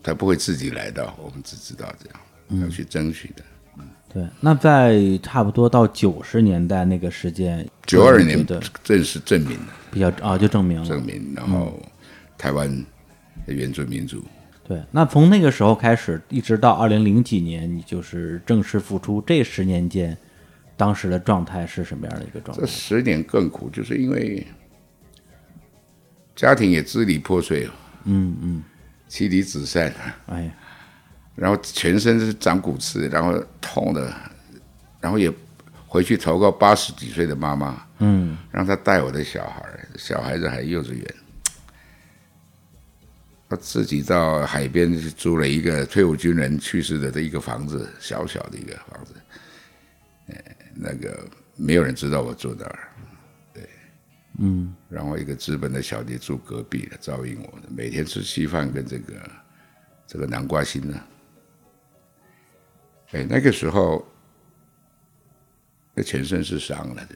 他不会自己来到，我们只知道这样，要去争取的。 对，那在差不多到90年代那个时间 ，92年正式证明了， 比较就证明了， 然后台湾的原住民族。 对，那从那个时候开始，一直到2000几年，你就是正式复出，这10年间，当时的状态是什么样的一个状态？ 这10年更苦，就是因为家庭也支离破碎，妻离子散， 哎， 然后全身是长骨刺，然后痛的，然后也回去投靠80几岁的妈妈，让她带我的小孩子还幼稚园。他自己到海边去租了一个退伍军人去世的一个房子，小小的一个房子，那个没有人知道我住哪儿，对，然后一个资本的小弟住隔壁的，照应我的，每天吃稀饭跟这个南瓜心呢，那个时候，那全身是伤了，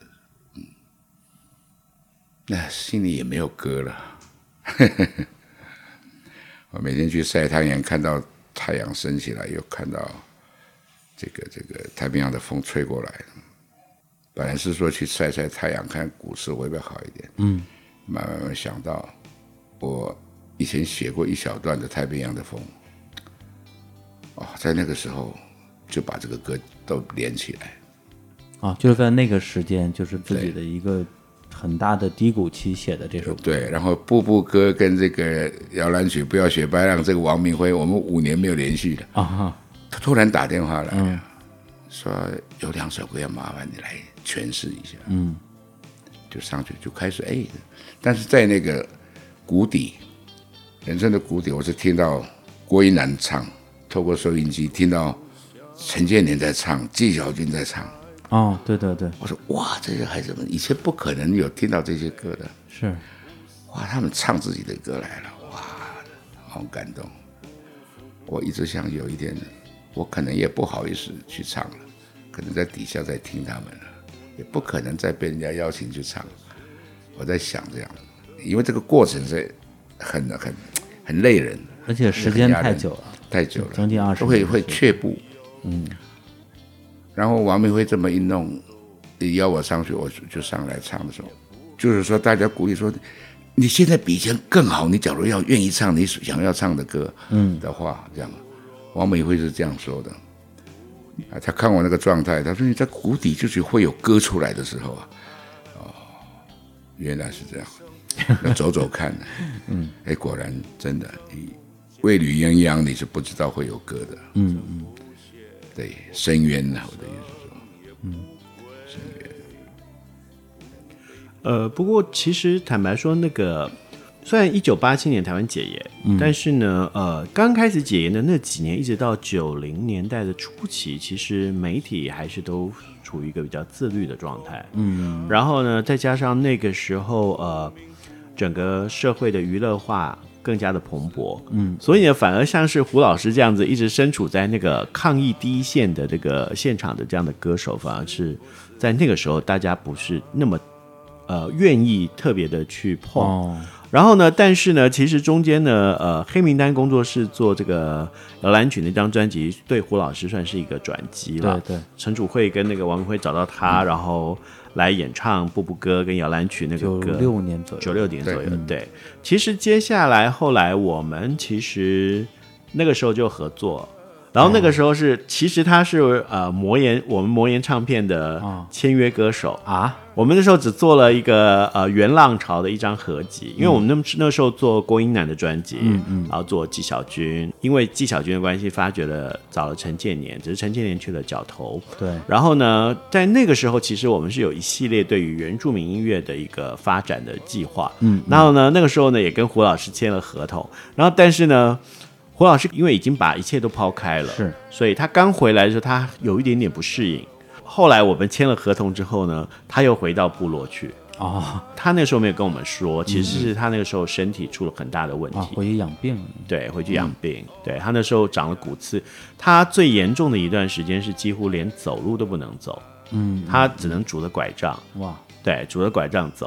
那心里也没有歌了。我每天去晒太阳，看到太阳升起来，又看到这个太平洋的风吹过来。本来是说去晒晒太阳，看股市会不会好一点。慢慢想到，我以前写过一小段的太平洋的风，在那个时候就把这个歌都连起来。 就是在那个时间，就是自己的一个很大的低谷期写的这首歌。 对，然后《步步歌》跟这个摇篮曲《不要学白浪》，这个王明辉，我们5年没有联系了。他突然打电话来，说有2首歌要麻烦你来诠释一下。就上去就开始但是在那个谷底，人生的谷底，我是听到郭英男唱，透过收音机听到陈建年在唱，纪晓君在唱。 对对对， 我说哇，这些孩子们以前不可能有听到这些歌的， 是， 哇，他们唱自己的歌来了，哇，好感动。我一直想有一天，我可能也不好意思去唱了，可能在底下在听他们了，也不可能再被人家邀请去唱。我在想这样，因为这个过程是很累人， 而且时间太久了，将近20年， 会却步。然后王明辉这么一弄，邀我上去，我就上来唱的时候，就是说大家鼓励说，你现在比以前更好，你假如要愿意唱你想要唱的歌的话，这样，王明辉是这样说的。他看我那个状态，他说你在谷底就是会有歌出来的时候啊，原来是这样，那走走看呢，果然真的，你未履鸳鸯你是不知道会有歌的，对，深渊啊，我的意思是说，深渊。不过其实坦白说，那个虽然1987年台湾解严，但是呢，刚开始解严的那几年，一直到90年代的初期，其实媒体还是都处于一个比较自律的状态。然后呢，再加上那个时候，整个社会的娱乐化更加的蓬勃，所以呢，反而像是胡老师这样子，一直身处在那个抗疫第一线的这个现场的这样的歌手，反而是在那个时候大家不是那么愿意特别的去碰。然后呢，但是呢，其实中间呢，黑名单工作室做这个摇篮曲那张专辑，对胡老师算是一个转机了。 对， 陈楚慧跟那个王明辉找到他，然后来演唱《步步歌》跟摇篮曲那个歌 ，96年左右， 对。其实接下来后来我们其实那个时候就合作，然后那个时候是，其实他是我们魔岩唱片的签约歌手啊。我们那时候只做了一个原浪潮的一张合集，因为我们那时候做郭英男的专辑，然后做纪晓君，因为纪晓君的关系发掘了找了陈建年，只是陈建年去了角头。 对。 然后呢，在那个时候，其实我们是有一系列对于原住民音乐的一个发展的计划。然后呢，那个时候呢也跟胡老师签了合同，然后但是呢，胡老师因为已经把一切都抛开了， 是， 所以他刚回来的时候，他有一点点不适应。后来我们签了合同之后呢，他又回到部落去。他那时候没有跟我们说，其实是他那个时候身体出了很大的问题， 回去养病。 对，回去养病。对，他那时候长了骨刺，他最严重的一段时间是几乎连走路都不能走。他只能拄着拐杖。 哇， 对，拄着拐杖走。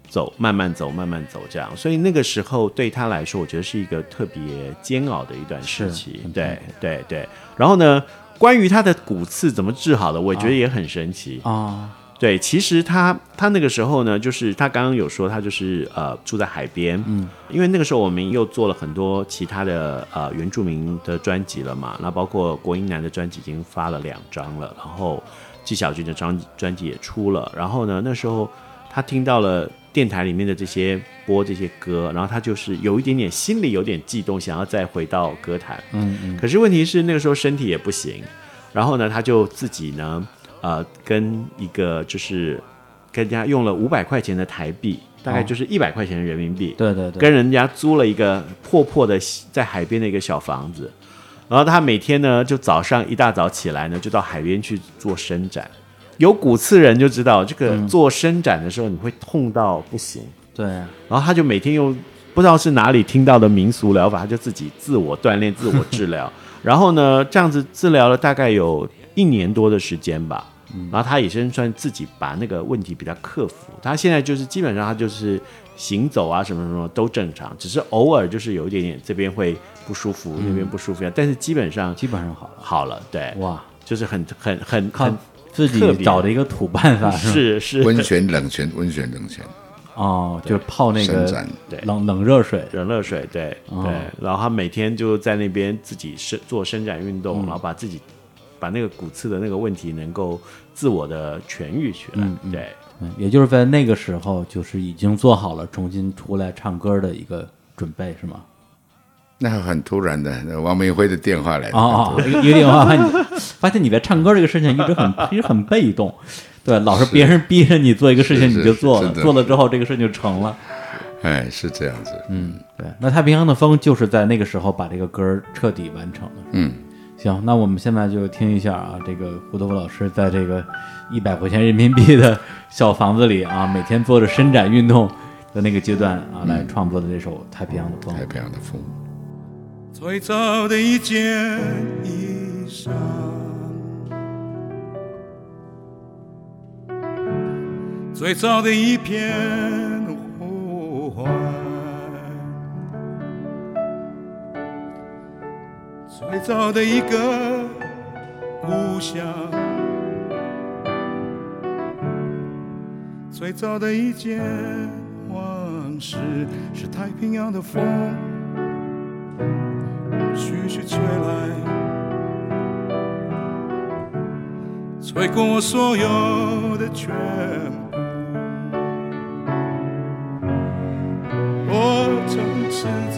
走，慢慢走，慢慢走这样。所以那个时候对他来说，我觉得是一个特别煎熬的一段时期。对对对。然后呢，关于他的骨刺怎么治好的，我觉得也很神奇啊。 对，其实他那个时候呢，就是他刚刚有说他就是住在海边，因为那个时候我们又做了很多其他的原住民的专辑了嘛，那包括国英男的专辑已经发了2张了，然后纪晓君的专辑也出了，然后呢那时候他听到了电台里面的这些歌，然后他就是有一点点心里有点悸动，想要再回到歌坛，可是问题是那个时候身体也不行，然后呢他就自己呢跟一个就是跟人家用了500块钱的台币，大概就是100块钱的人民币， 对对对， 跟人家租了一个破破的在海边的一个小房子，然后他每天呢就早上一大早起来呢就到海边去做伸展。有骨刺人就知道，这个做伸展的时候你会痛到不行。 对， 然后他就每天用不知道是哪里听到的民俗疗法，他就自己自我锻炼、自我治疗。然后呢，这样子治疗了大概有1年多的时间吧。然后他也算自己把那个问题比较克服。他现在就是基本上他就是行走啊什么什么都正常，只是偶尔就是有一点点这边会不舒服，那边不舒服，但是基本上好了。对，哇，就是很自己找的一个土办法， 是温泉冷泉，温泉冷泉。 哦，就泡那个冷热水， 对、然后他每天就在那边自己做伸展运动，然后把那个骨刺的那个问题能够自我的痊愈起来。对， 也就是在那个时候，就是已经做好了重新出来唱歌的一个准备，是吗？ 那很突然的，王明辉的电话来了，一个电话，发现你在唱歌这个事情一直很被动，对，老是别人逼着你做一个事情你就做了，做了之后这个事情就成了。 哎，是这样子。 对。那太平洋的风就是在那个时候把这个歌彻底完成了。行，那我们现在就听一下啊，这个胡德夫老师在这个100块钱人民币的小房子里啊，每天做着伸展运动的那个阶段啊，来创作的这首《太平洋的风》。 太平洋的风。 最早的一件衣裳，最早的一片呼唤，最早的一个故乡，最早的一件往事，是太平洋的风徐徐吹来，吹过我所有的全部。我曾赤子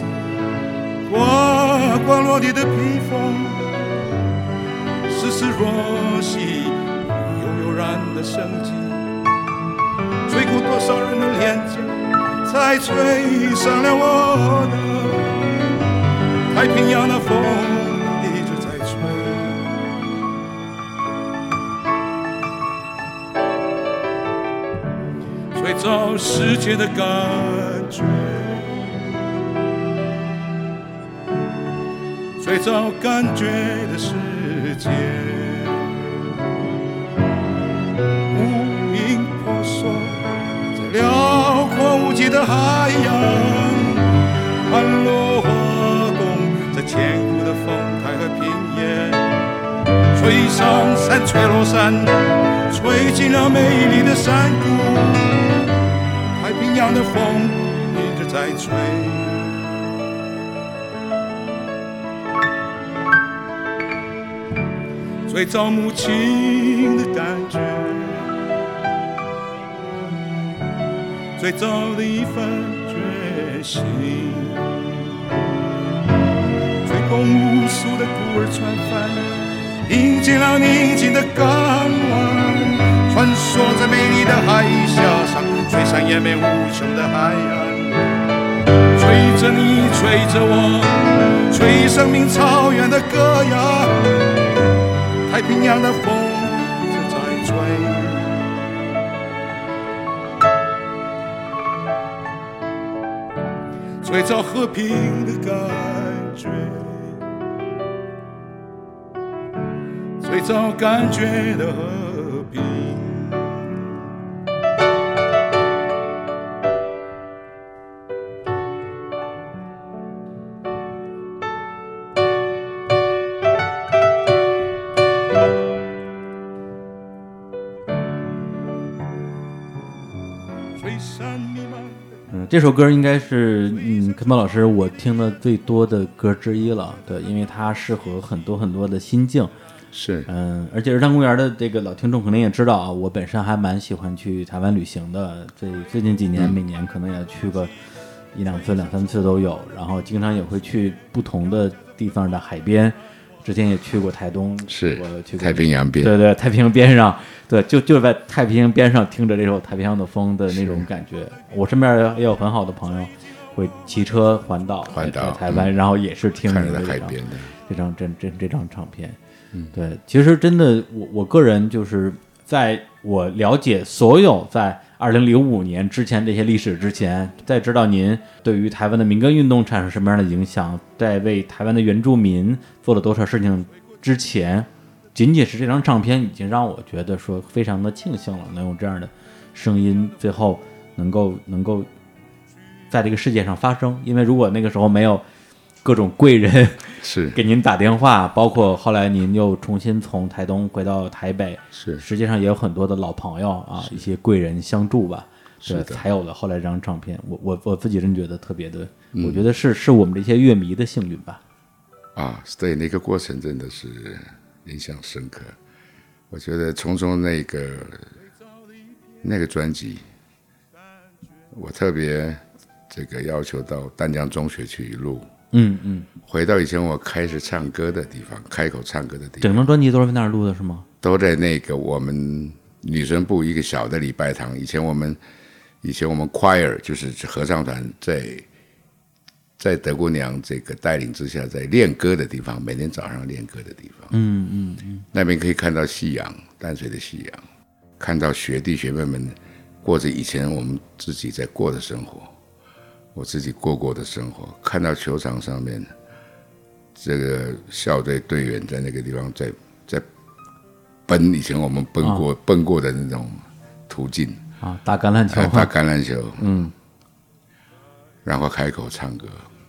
刮落地的披风，丝丝若细，悠然的生机，吹过多少人的脸颊，才吹上了我的。太平洋的风一直在吹，吹走世界的感觉，吹走感觉的世界。无名婆娑在辽阔无际的海洋，盘落在千古的风台和平原，吹上山，吹落山，吹进了美丽的山谷。太平洋的风一直在吹，最早母亲的感觉，最早的一份决心。无数的孤儿船帆，迎进了宁静的港湾，穿梭在美丽的海峡上，吹上延绵无穷的海岸。吹着你，吹着我，吹生命草原的歌谣。太平洋的风一直在吹，吹着和平的感觉。最早感觉的和平， 这首歌应该是肯宝老师我听的最多的歌之一了，对，因为它适合很多很多的心境。 是， 而且日坛公园的这个老听众肯定也知道啊，我本身还蛮喜欢去台湾旅行的，最近几年每年可能也去个1、2次、2、3次都有，然后经常也会去不同的地方的海边。之前也去过台东， 是我去过太平洋边， 对，太平洋边上，对，就在太平洋边上听着这首《太平洋的风》的那种感觉。我身边也有很好的朋友会骑车环岛在台湾，然后也是听着在海边的这张唱片。对，其实真的，我个人就是在我了解所有在2005年之前这些历史之前，在知道您对于台湾的民歌运动产生什么样的影响，在为台湾的原住民做了多少事情之前，仅仅是这张唱片已经让我觉得说非常的庆幸了，能有这样的声音最后能够在这个世界上发生。因为如果那个时候没有各种贵人是给您打电话，包括后来您又重新从台东回到台北， 是实际上也有很多的老朋友啊，一些贵人相助吧，对， 是的才有了后来这张唱片。我自己真觉得特别的，我觉得是我们这些乐迷的幸运吧。 啊，对，那个过程真的是印象深刻。我觉得从那个专辑，我特别这个要求到淡江中学去录。回到以前我开始唱歌的地方，开口唱歌的地方， 整张专辑都是在那儿录的是吗？ 都在那个我们女生部一个小的礼拜堂。以前我们 choir 就是合唱团在德姑娘这个带领之下，在练歌的地方，每天早上练歌的地方，那边可以看到夕阳，淡水的夕阳，看到学弟学妹们过着以前我们自己在过的生活。我自己过的生活，看到球场上面这个校队队员在那个地方在奔，以前我们奔过的那种途径啊，打橄榄球， 打橄榄球，然后开口唱歌，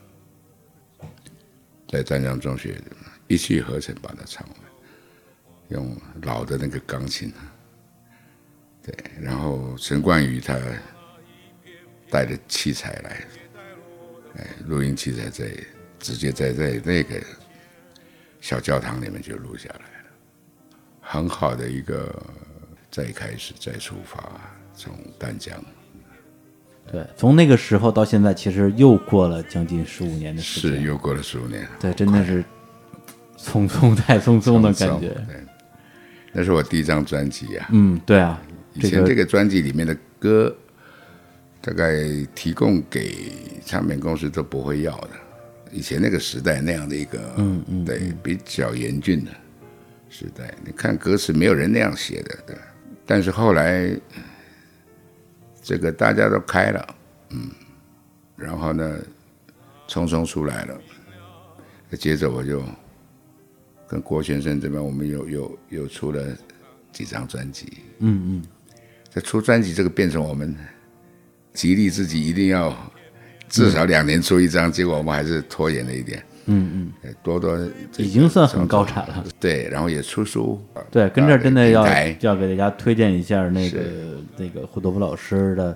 在淡江中学一气呵成把它唱完，用老的那个钢琴，对，然后陈冠宇他带着器材来。录音器材直接在那个小教堂里面就录下来了，很好的一个再开始再出发，从淡江。 对，从那个时候到现在，其实又过了将近15年的时间， 是又过了15年， 对，真的是匆匆太匆匆的感觉。 对，那是我第一张专辑啊。 对啊， 以前这个专辑里面的歌。大概提供给唱片公司都不会要的，以前那个时代那样的一个，对，比较严峻的时代，你看歌词没有人那样写的，对。但是后来这个大家都开了，然后呢，匆匆出来了，接着我就跟郭先生这边，我们又出了几张专辑，这出专辑这个变成我们。极力自己一定要至少2年出一张，结果我们还是拖延了一点。多已经算很高产了。 对，然后也出书。 对，跟这儿真的要给大家推荐一下那个胡德夫老师的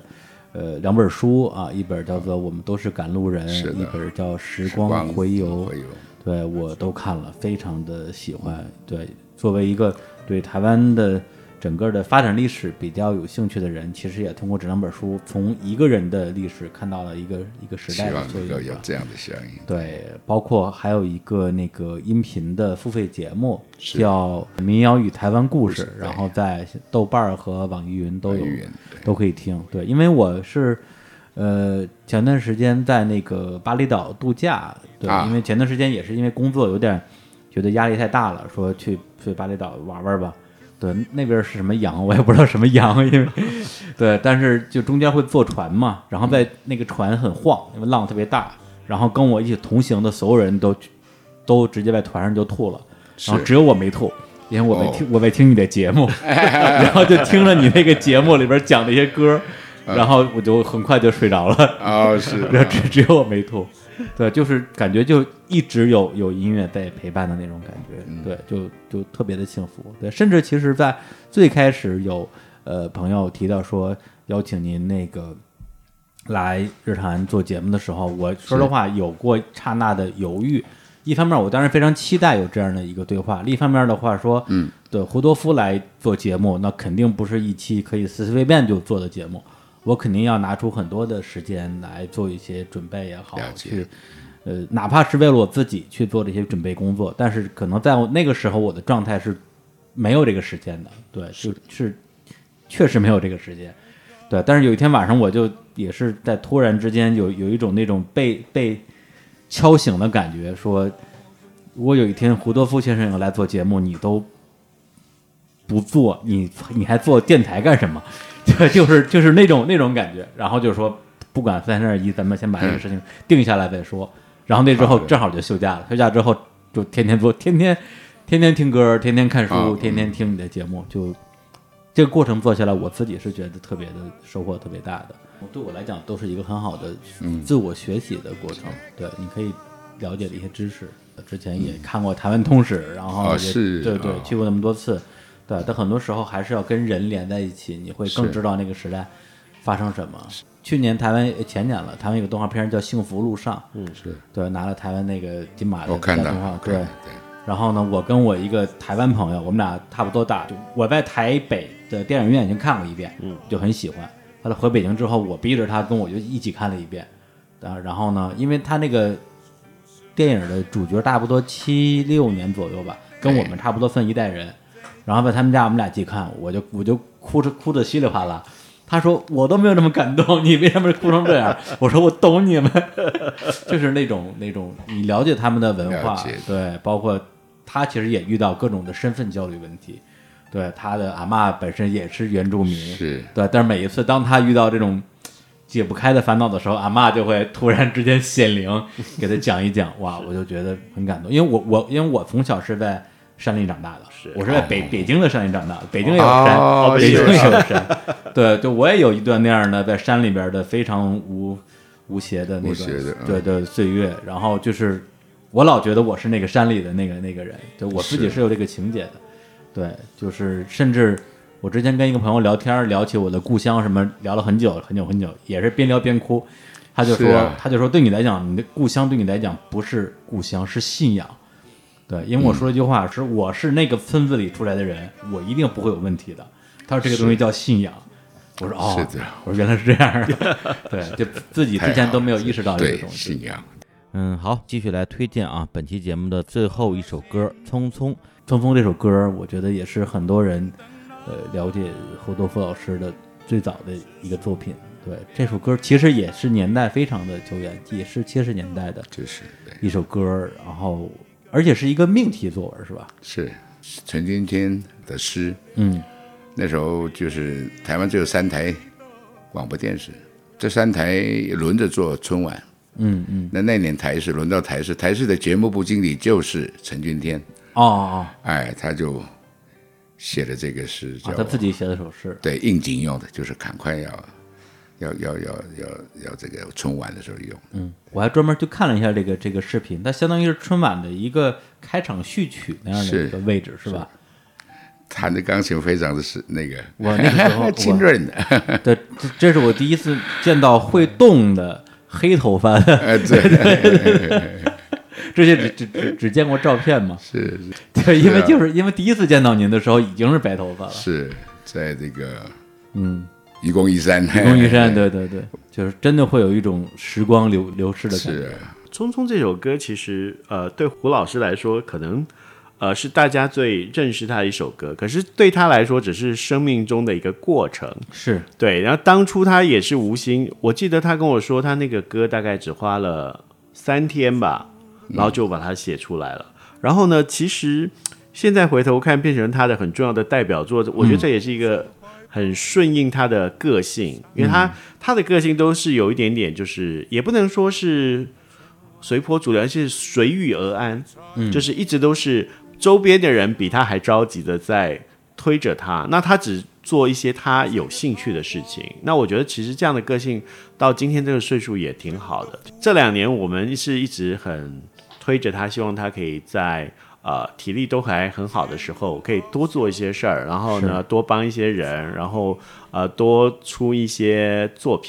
2本书啊，一本叫做《我们都是赶路人》，一本叫《时光回游》。对，我都看了，非常的喜欢。对，作为一个对台湾的。整个的发展历史比较有兴趣的人，其实也通过这2本书，从一个人的历史看到了一个时代的作用。 希望能够有这样的效应。 对，包括还有一个那个音频的付费节目，叫《民谣与台湾故事》，然后在豆瓣和网易云都可以听。对，因为我是前段时间在那个巴厘岛度假，对，因为前段时间也是因为工作有点觉得压力太大了，说去巴厘岛玩玩吧。对，那边是什么洋我也不知道什么洋，因为对，但是就中间会坐船嘛，然后在那个船很晃，因为浪特别大，然后跟我一起同行的所有人都直接在船上就吐了，然后只有我没吐，因为我在听你的节目，然后就听了你那个节目里边讲的一些歌，然后我就很快就睡着了。 是， 只有我没吐。对，就是感觉就一直有音乐在陪伴的那种感觉，对，就特别的幸福。对，甚至其实在最开始有朋友提到说邀请您那个来日坛做节目的时候，我说实话有过刹那的犹豫。一方面我当然非常期待有这样的一个对话，另一方面的话说，对胡多夫来做节目，那肯定不是一期可以随随便便就做的节目，我肯定要拿出很多的时间来做一些准备也好，去哪怕是为了我自己去做这些准备工作，但是可能在那个时候我的状态是没有这个时间的，对，就是确实没有这个时间，对。但是有一天晚上，我就也是在突然之间有一种那种被敲醒的感觉，说如果有一天胡多夫先生要来做节目，你都不做，你还做电台干什么？对，就是那种感觉。然后就说不管321，咱们先把这个事情定下来再说。然后那之后正好就休假了，休假之后就天天做，天天听歌，天天看书，天天听你的节目，就这个过程做下来，我自己是觉得特别的收获特别大的。对我来讲都是一个很好的自我学习的过程。对，你可以了解的一些知识，之前也看过台湾通史，然后对去过那么多次，对，但很多时候还是要跟人连在一起，你会更知道那个时代发生什么。去年台湾前年了，台湾有个动画片叫《幸福路上》， 是对，拿了台湾那个金马的我看到动画，对。然后呢，我跟我一个台湾朋友，我们俩差不多大，就我在台北的电影院已经看过一遍，就很喜欢。后来回北京之后，我逼着他跟我就一起看了一遍。然后呢，因为他那个电影的主角差不多7、6年左右吧，跟我们差不多算一代人。然后在他们家我们俩一起看，我就哭得稀里哗啦。他说我都没有那么感动，你为什么哭成这样？我说我懂你们，就是那种你了解他们的文化，对，包括他其实也遇到各种的身份焦虑问题，对，他的阿嬷本身也是原住民， 是对， 但是每一次当他遇到这种解不开的烦恼的时候，阿嬷就会突然之间显灵，给他讲一讲，哇，我就觉得很感动，因为我从小是在山里长大的，我是在北京的山里长大的，北京也有山，北京也有山，对，就我也有一段那样的在山里边的非常无邪的那段对岁月，然后就是我老觉得我是那个山里的那个人，就我自己是有这个情节的，对，就是甚至我之前跟一个朋友聊天，聊起我的故乡什么，聊了很久，也是边聊边哭，他就说对你来讲，你的故乡对你来讲不是故乡，是信仰。对，因为我说了一句话，是我是那个村子里出来的人，我一定不会有问题的。他说这个东西叫信仰，我说哦，我说原来是这样的，对，就自己之前都没有意识到这个东西。 信仰。 好，继续来推荐啊，本期节目的最后一首歌《匆匆》。匆匆这首歌，我觉得也是很多人了解侯多夫老师的最早的一个作品。对，这首歌其实也是年代非常的久远，也是70年代的， 就是一首歌，然后。而且是一个命题作文，是吧？ 是陈君天的诗。那时候就是台湾只有3台广播电视，这3台轮着做春晚。那年台视轮到台视的节目部经理就是陈君天。他就写了这个诗， 他自己写的首诗。 对，应景用的，就是赶快要这个春晚的时候用。 我还专门去看了一下这个视频，它相当于是春晚的一个开场序曲那样的一个位置，是吧？ 弹的钢琴非常的是那个， 我那个时候清润的。 对，这是我第一次见到会动的黑头发的。 对。 这些只见过照片嘛？ 是。 对，因为第一次见到您的时候已经是白头发了。 是在这个愚公移山， 对，就是真的会有一种时光流逝的感觉。 是匆匆这首歌其实对胡老师来说可能是大家最认识他的一首歌，可是对他来说只是生命中的一个过程。 是对，然后当初他也是无心，我记得他跟我说他那个歌大概只花了3天吧，然后就把它写出来了。然后呢，其实现在回头看变成他的很重要的代表作，我觉得这也是一个很顺应他的个性，因为他的个性都是有一点点，就是也不能说是随波逐流，是随遇而安，就是一直都是周边的人比他还着急的在推着他，那他只做一些他有兴趣的事情。那我觉得其实这样的个性到今天这个岁数也挺好的。这2年我们是一直很推着他，希望他可以在体力都还很好的时候，可以多做一些事儿，然后呢多帮一些人，然后多出一些作品。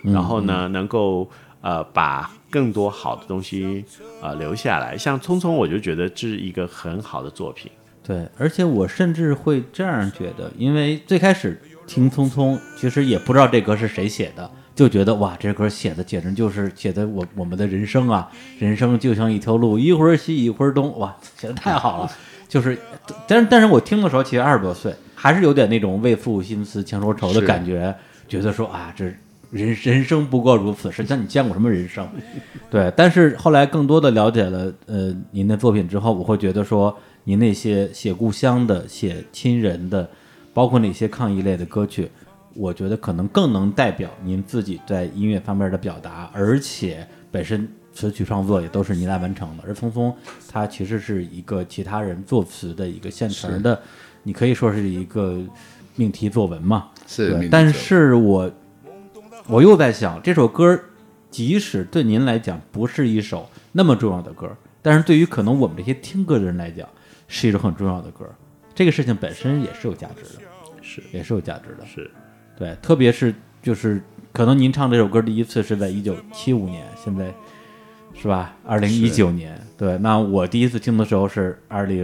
然后呢能够把更多好的东西留下来。像《匆匆》，我就觉得这是一个很好的作品。 对，而且我甚至会这样觉得，因为最开始听《匆匆》，其实也不知道这歌是谁写的，就觉得哇，这歌写的简直就是写的我们的人生啊，人生就像一条路，一会儿西一会儿东，哇，写的太好了。就是，但是我听的时候其实20多岁，还是有点那种为赋新词强说愁的感觉，觉得说啊，这人生不过如此，实际上你见过什么人生？对，但是后来更多的了解了您的作品之后，我会觉得说您那些写故乡的、写亲人的，包括那些抗议类的歌曲，我觉得可能更能代表您自己在音乐方面的表达，而且本身词曲创作也都是您来完成的。而《匆匆》它其实是一个其他人作词的一个现成的，你可以说是一个命题作文嘛。 是， 但是我又在想，这首歌即使对您来讲不是一首那么重要的歌，但是对于可能我们这些听歌的人来讲，是一首很重要的歌。这个事情本身也是有价值的，也是有价值的。 是， 对，特别是就是可能您唱这首歌第一次是在1975年，现在是吧？2019年，对。那我第一次听的时候是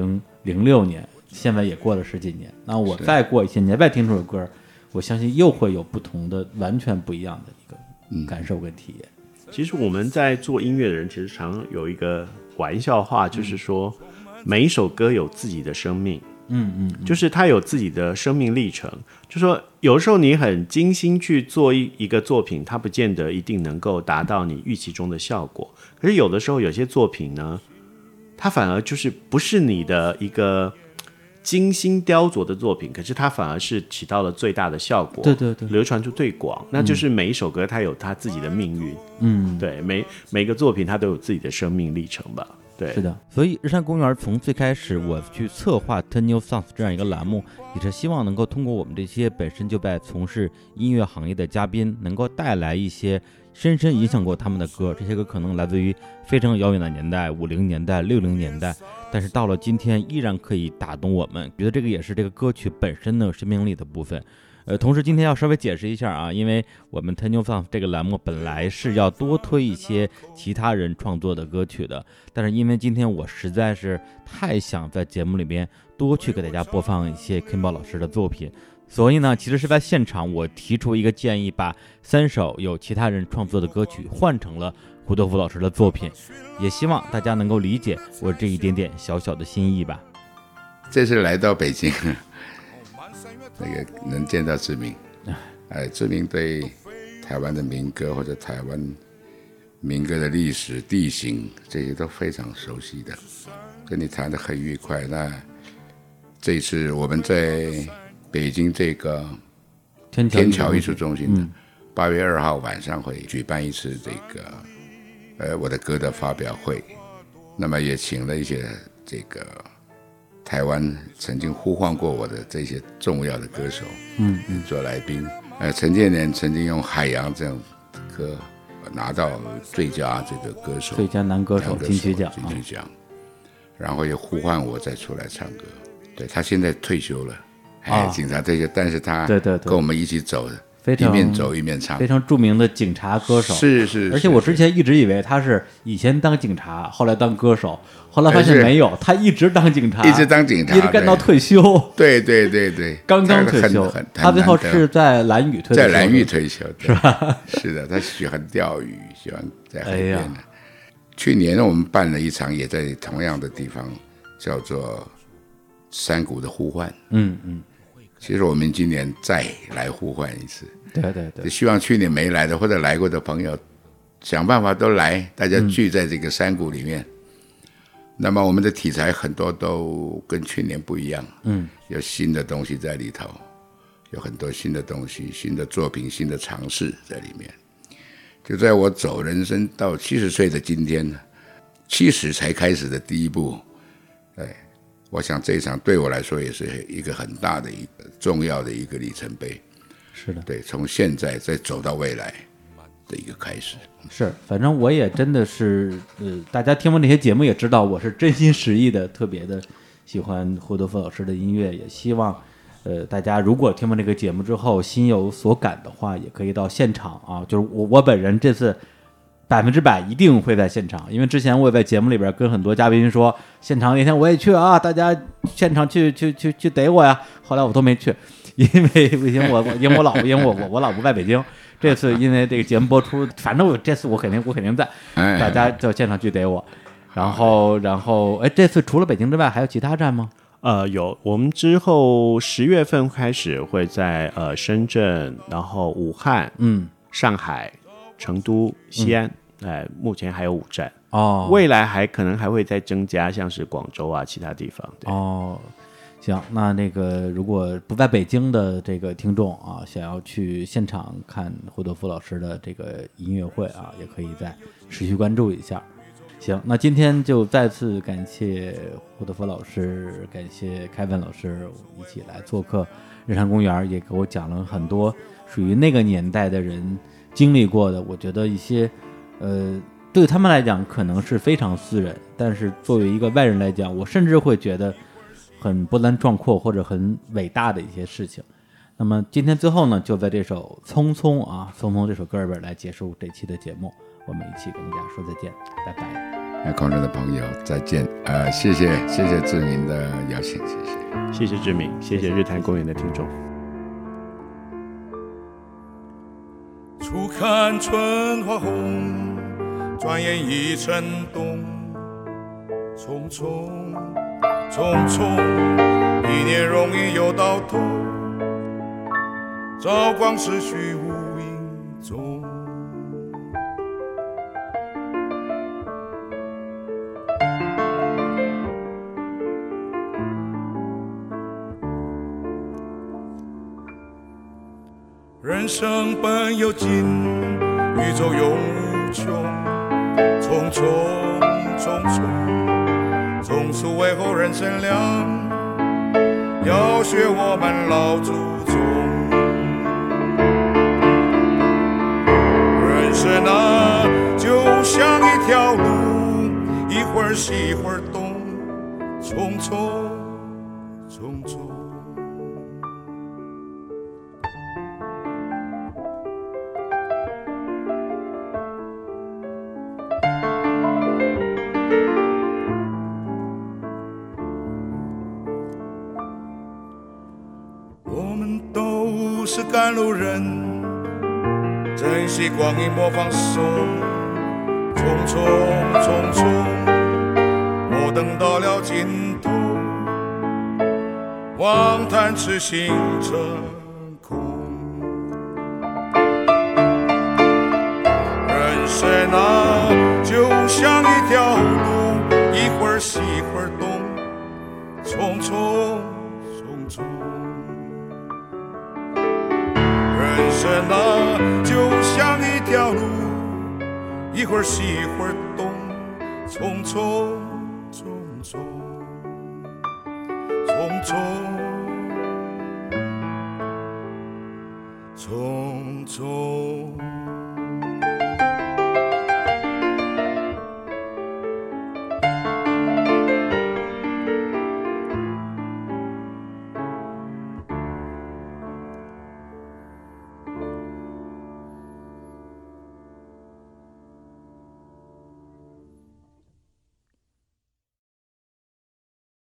2006年，现在也过了10几年。那我再过一些年再听这首歌，我相信又会有不同的、完全不一样的一个感受跟体验。 其实我们在做音乐的人，其实常有一个玩笑话，就是说每一首歌有自己的生命。就是它有自己的生命历程。就说有时候你很精心去做一个作品，它不见得一定能够达到你预期中的效果。可是有的时候有些作品呢，它反而就是不是你的一个精心雕琢的作品，可是它反而是起到了最大的效果， 对对对， 流传出最广。那就是每一首歌它有它自己的命运，对，每个作品它都有自己的生命历程吧。对， 是的，所以日山公园从最开始我去策划 Ten New Songs 这样一个栏目，也是希望能够通过我们这些本身就在从事音乐行业的嘉宾，能够带来一些深深影响过他们的歌。这些歌可能来自于非常遥远的年代，50年代、60年代，但是到了今天依然可以打动我们。觉得这个也是这个歌曲本身的生命力的部分。同时今天要稍微解释一下啊，因为我们 Ten New Songs 这个栏目本来是要多推一些其他人创作的歌曲的，但是因为今天我实在是太想在节目里边多去给大家播放一些 Kimball 老师的作品，所以呢，其实是在现场我提出一个建议，把3首有其他人创作的歌曲换成了胡德夫老师的作品，也希望大家能够理解我这一点点小小的心意吧。 这次来到北京，那个能见到志明，志明对台湾的民歌或者台湾民歌的历史、地形这些都非常熟悉的，跟你谈得很愉快。那这一次我们在北京这个天桥艺术中心的8月2号晚上会举办一次这个我的歌的发表会，那么也请了一些这个台湾曾经呼唤过我的这些重要的歌手做来宾。陈建年曾经用《海洋》这样的歌拿到最佳这个歌手、 最佳男歌手金曲奖， 然后也呼唤我再出来唱歌。对，他现在退休了，警察退休，但是他跟我们一起走的，一面走一面唱， 非常著名的警察歌手。 是， 而且我之前一直以为他是以前当警察，后来当歌手，后来发现没有，他一直当警察， 一直干到退休。 对， 刚刚退休。他最后是在兰屿退休， 在兰屿退休， 是吧？ 是的，他喜欢钓鱼，喜欢在海边的。去年我们办了一场，也在同样的地方，叫做山谷的呼唤。其实我们今年再来呼唤一次。对，希望去年没来的或者来过的朋友想办法都来，大家聚在这个山谷里面。那么我们的题材很多都跟去年不一样，有新的东西在里头，有很多新的东西、新的作品、新的尝试在里面。就在我走人生到70岁的今天，70才开始的第一步，我想这一场对我来说也是一个很大的一个重要的一个里程碑。 是的， 对，从现在再走到未来的一个开始。 是，反正我也真的是，大家听完这些节目也知道，我是真心实意的，特别的喜欢胡德夫老师的音乐，也希望， 大家如果听完这个节目之后心有所感的话，也可以到现场啊。就是我本人这次100%一定会在现场，因为之前我也在节目里边跟很多嘉宾说，现场那天我也去啊，大家现场去逮我呀。后来我都没去，因为我老婆在北京。这次因为这个节目播出，反正这次我肯定在，大家就现场去逮我。然后这次除了北京之外，还有其他站吗？ 有，我们之后10月份开始会在深圳，然后武汉、上海、成都、西安，目前还有5站哦， 未来可能还会再增加，像是广州啊，其他地方。对哦，行，那个如果不在北京的这个听众啊，想要去现场看胡德夫老师的这个音乐会啊，也可以再持续关注一下。行，那今天就再次感谢胡德夫老师，感谢凯文老师一起来做客日坛公园，也给我讲了很多属于那个年代的人经历过的，我觉得一些对他们来讲可能是非常私人，但是作为一个外人来讲，我甚至会觉得很波澜壮阔或者很伟大的一些事情。那么今天最后呢，就在这首《匆匆》啊，《匆匆》这首歌里边来结束这期的节目，我们一起跟大家说再见，拜拜。 空中的朋友再见，谢谢志明的邀请， 谢谢志明，谢谢日坛公园的听众。 初看春花红，转眼已成冬，匆匆匆匆，1年容易又到头，朝光逝去无影踪。人生本有尽，宇宙永无穷，匆匆匆匆，总是为后人乘凉，要学我们老祖宗。人生啊，就像一条路，一会儿西一会儿东，匆匆匆匆。赶路人，珍惜光阴莫放手，匆匆匆匆，莫等到了尽头，望叹痴心成空。人生啊，就像一条路，一会儿西一会儿东，匆匆匆匆。人生啊，就像一条路，一会儿西一会儿东，匆匆匆匆匆匆匆匆。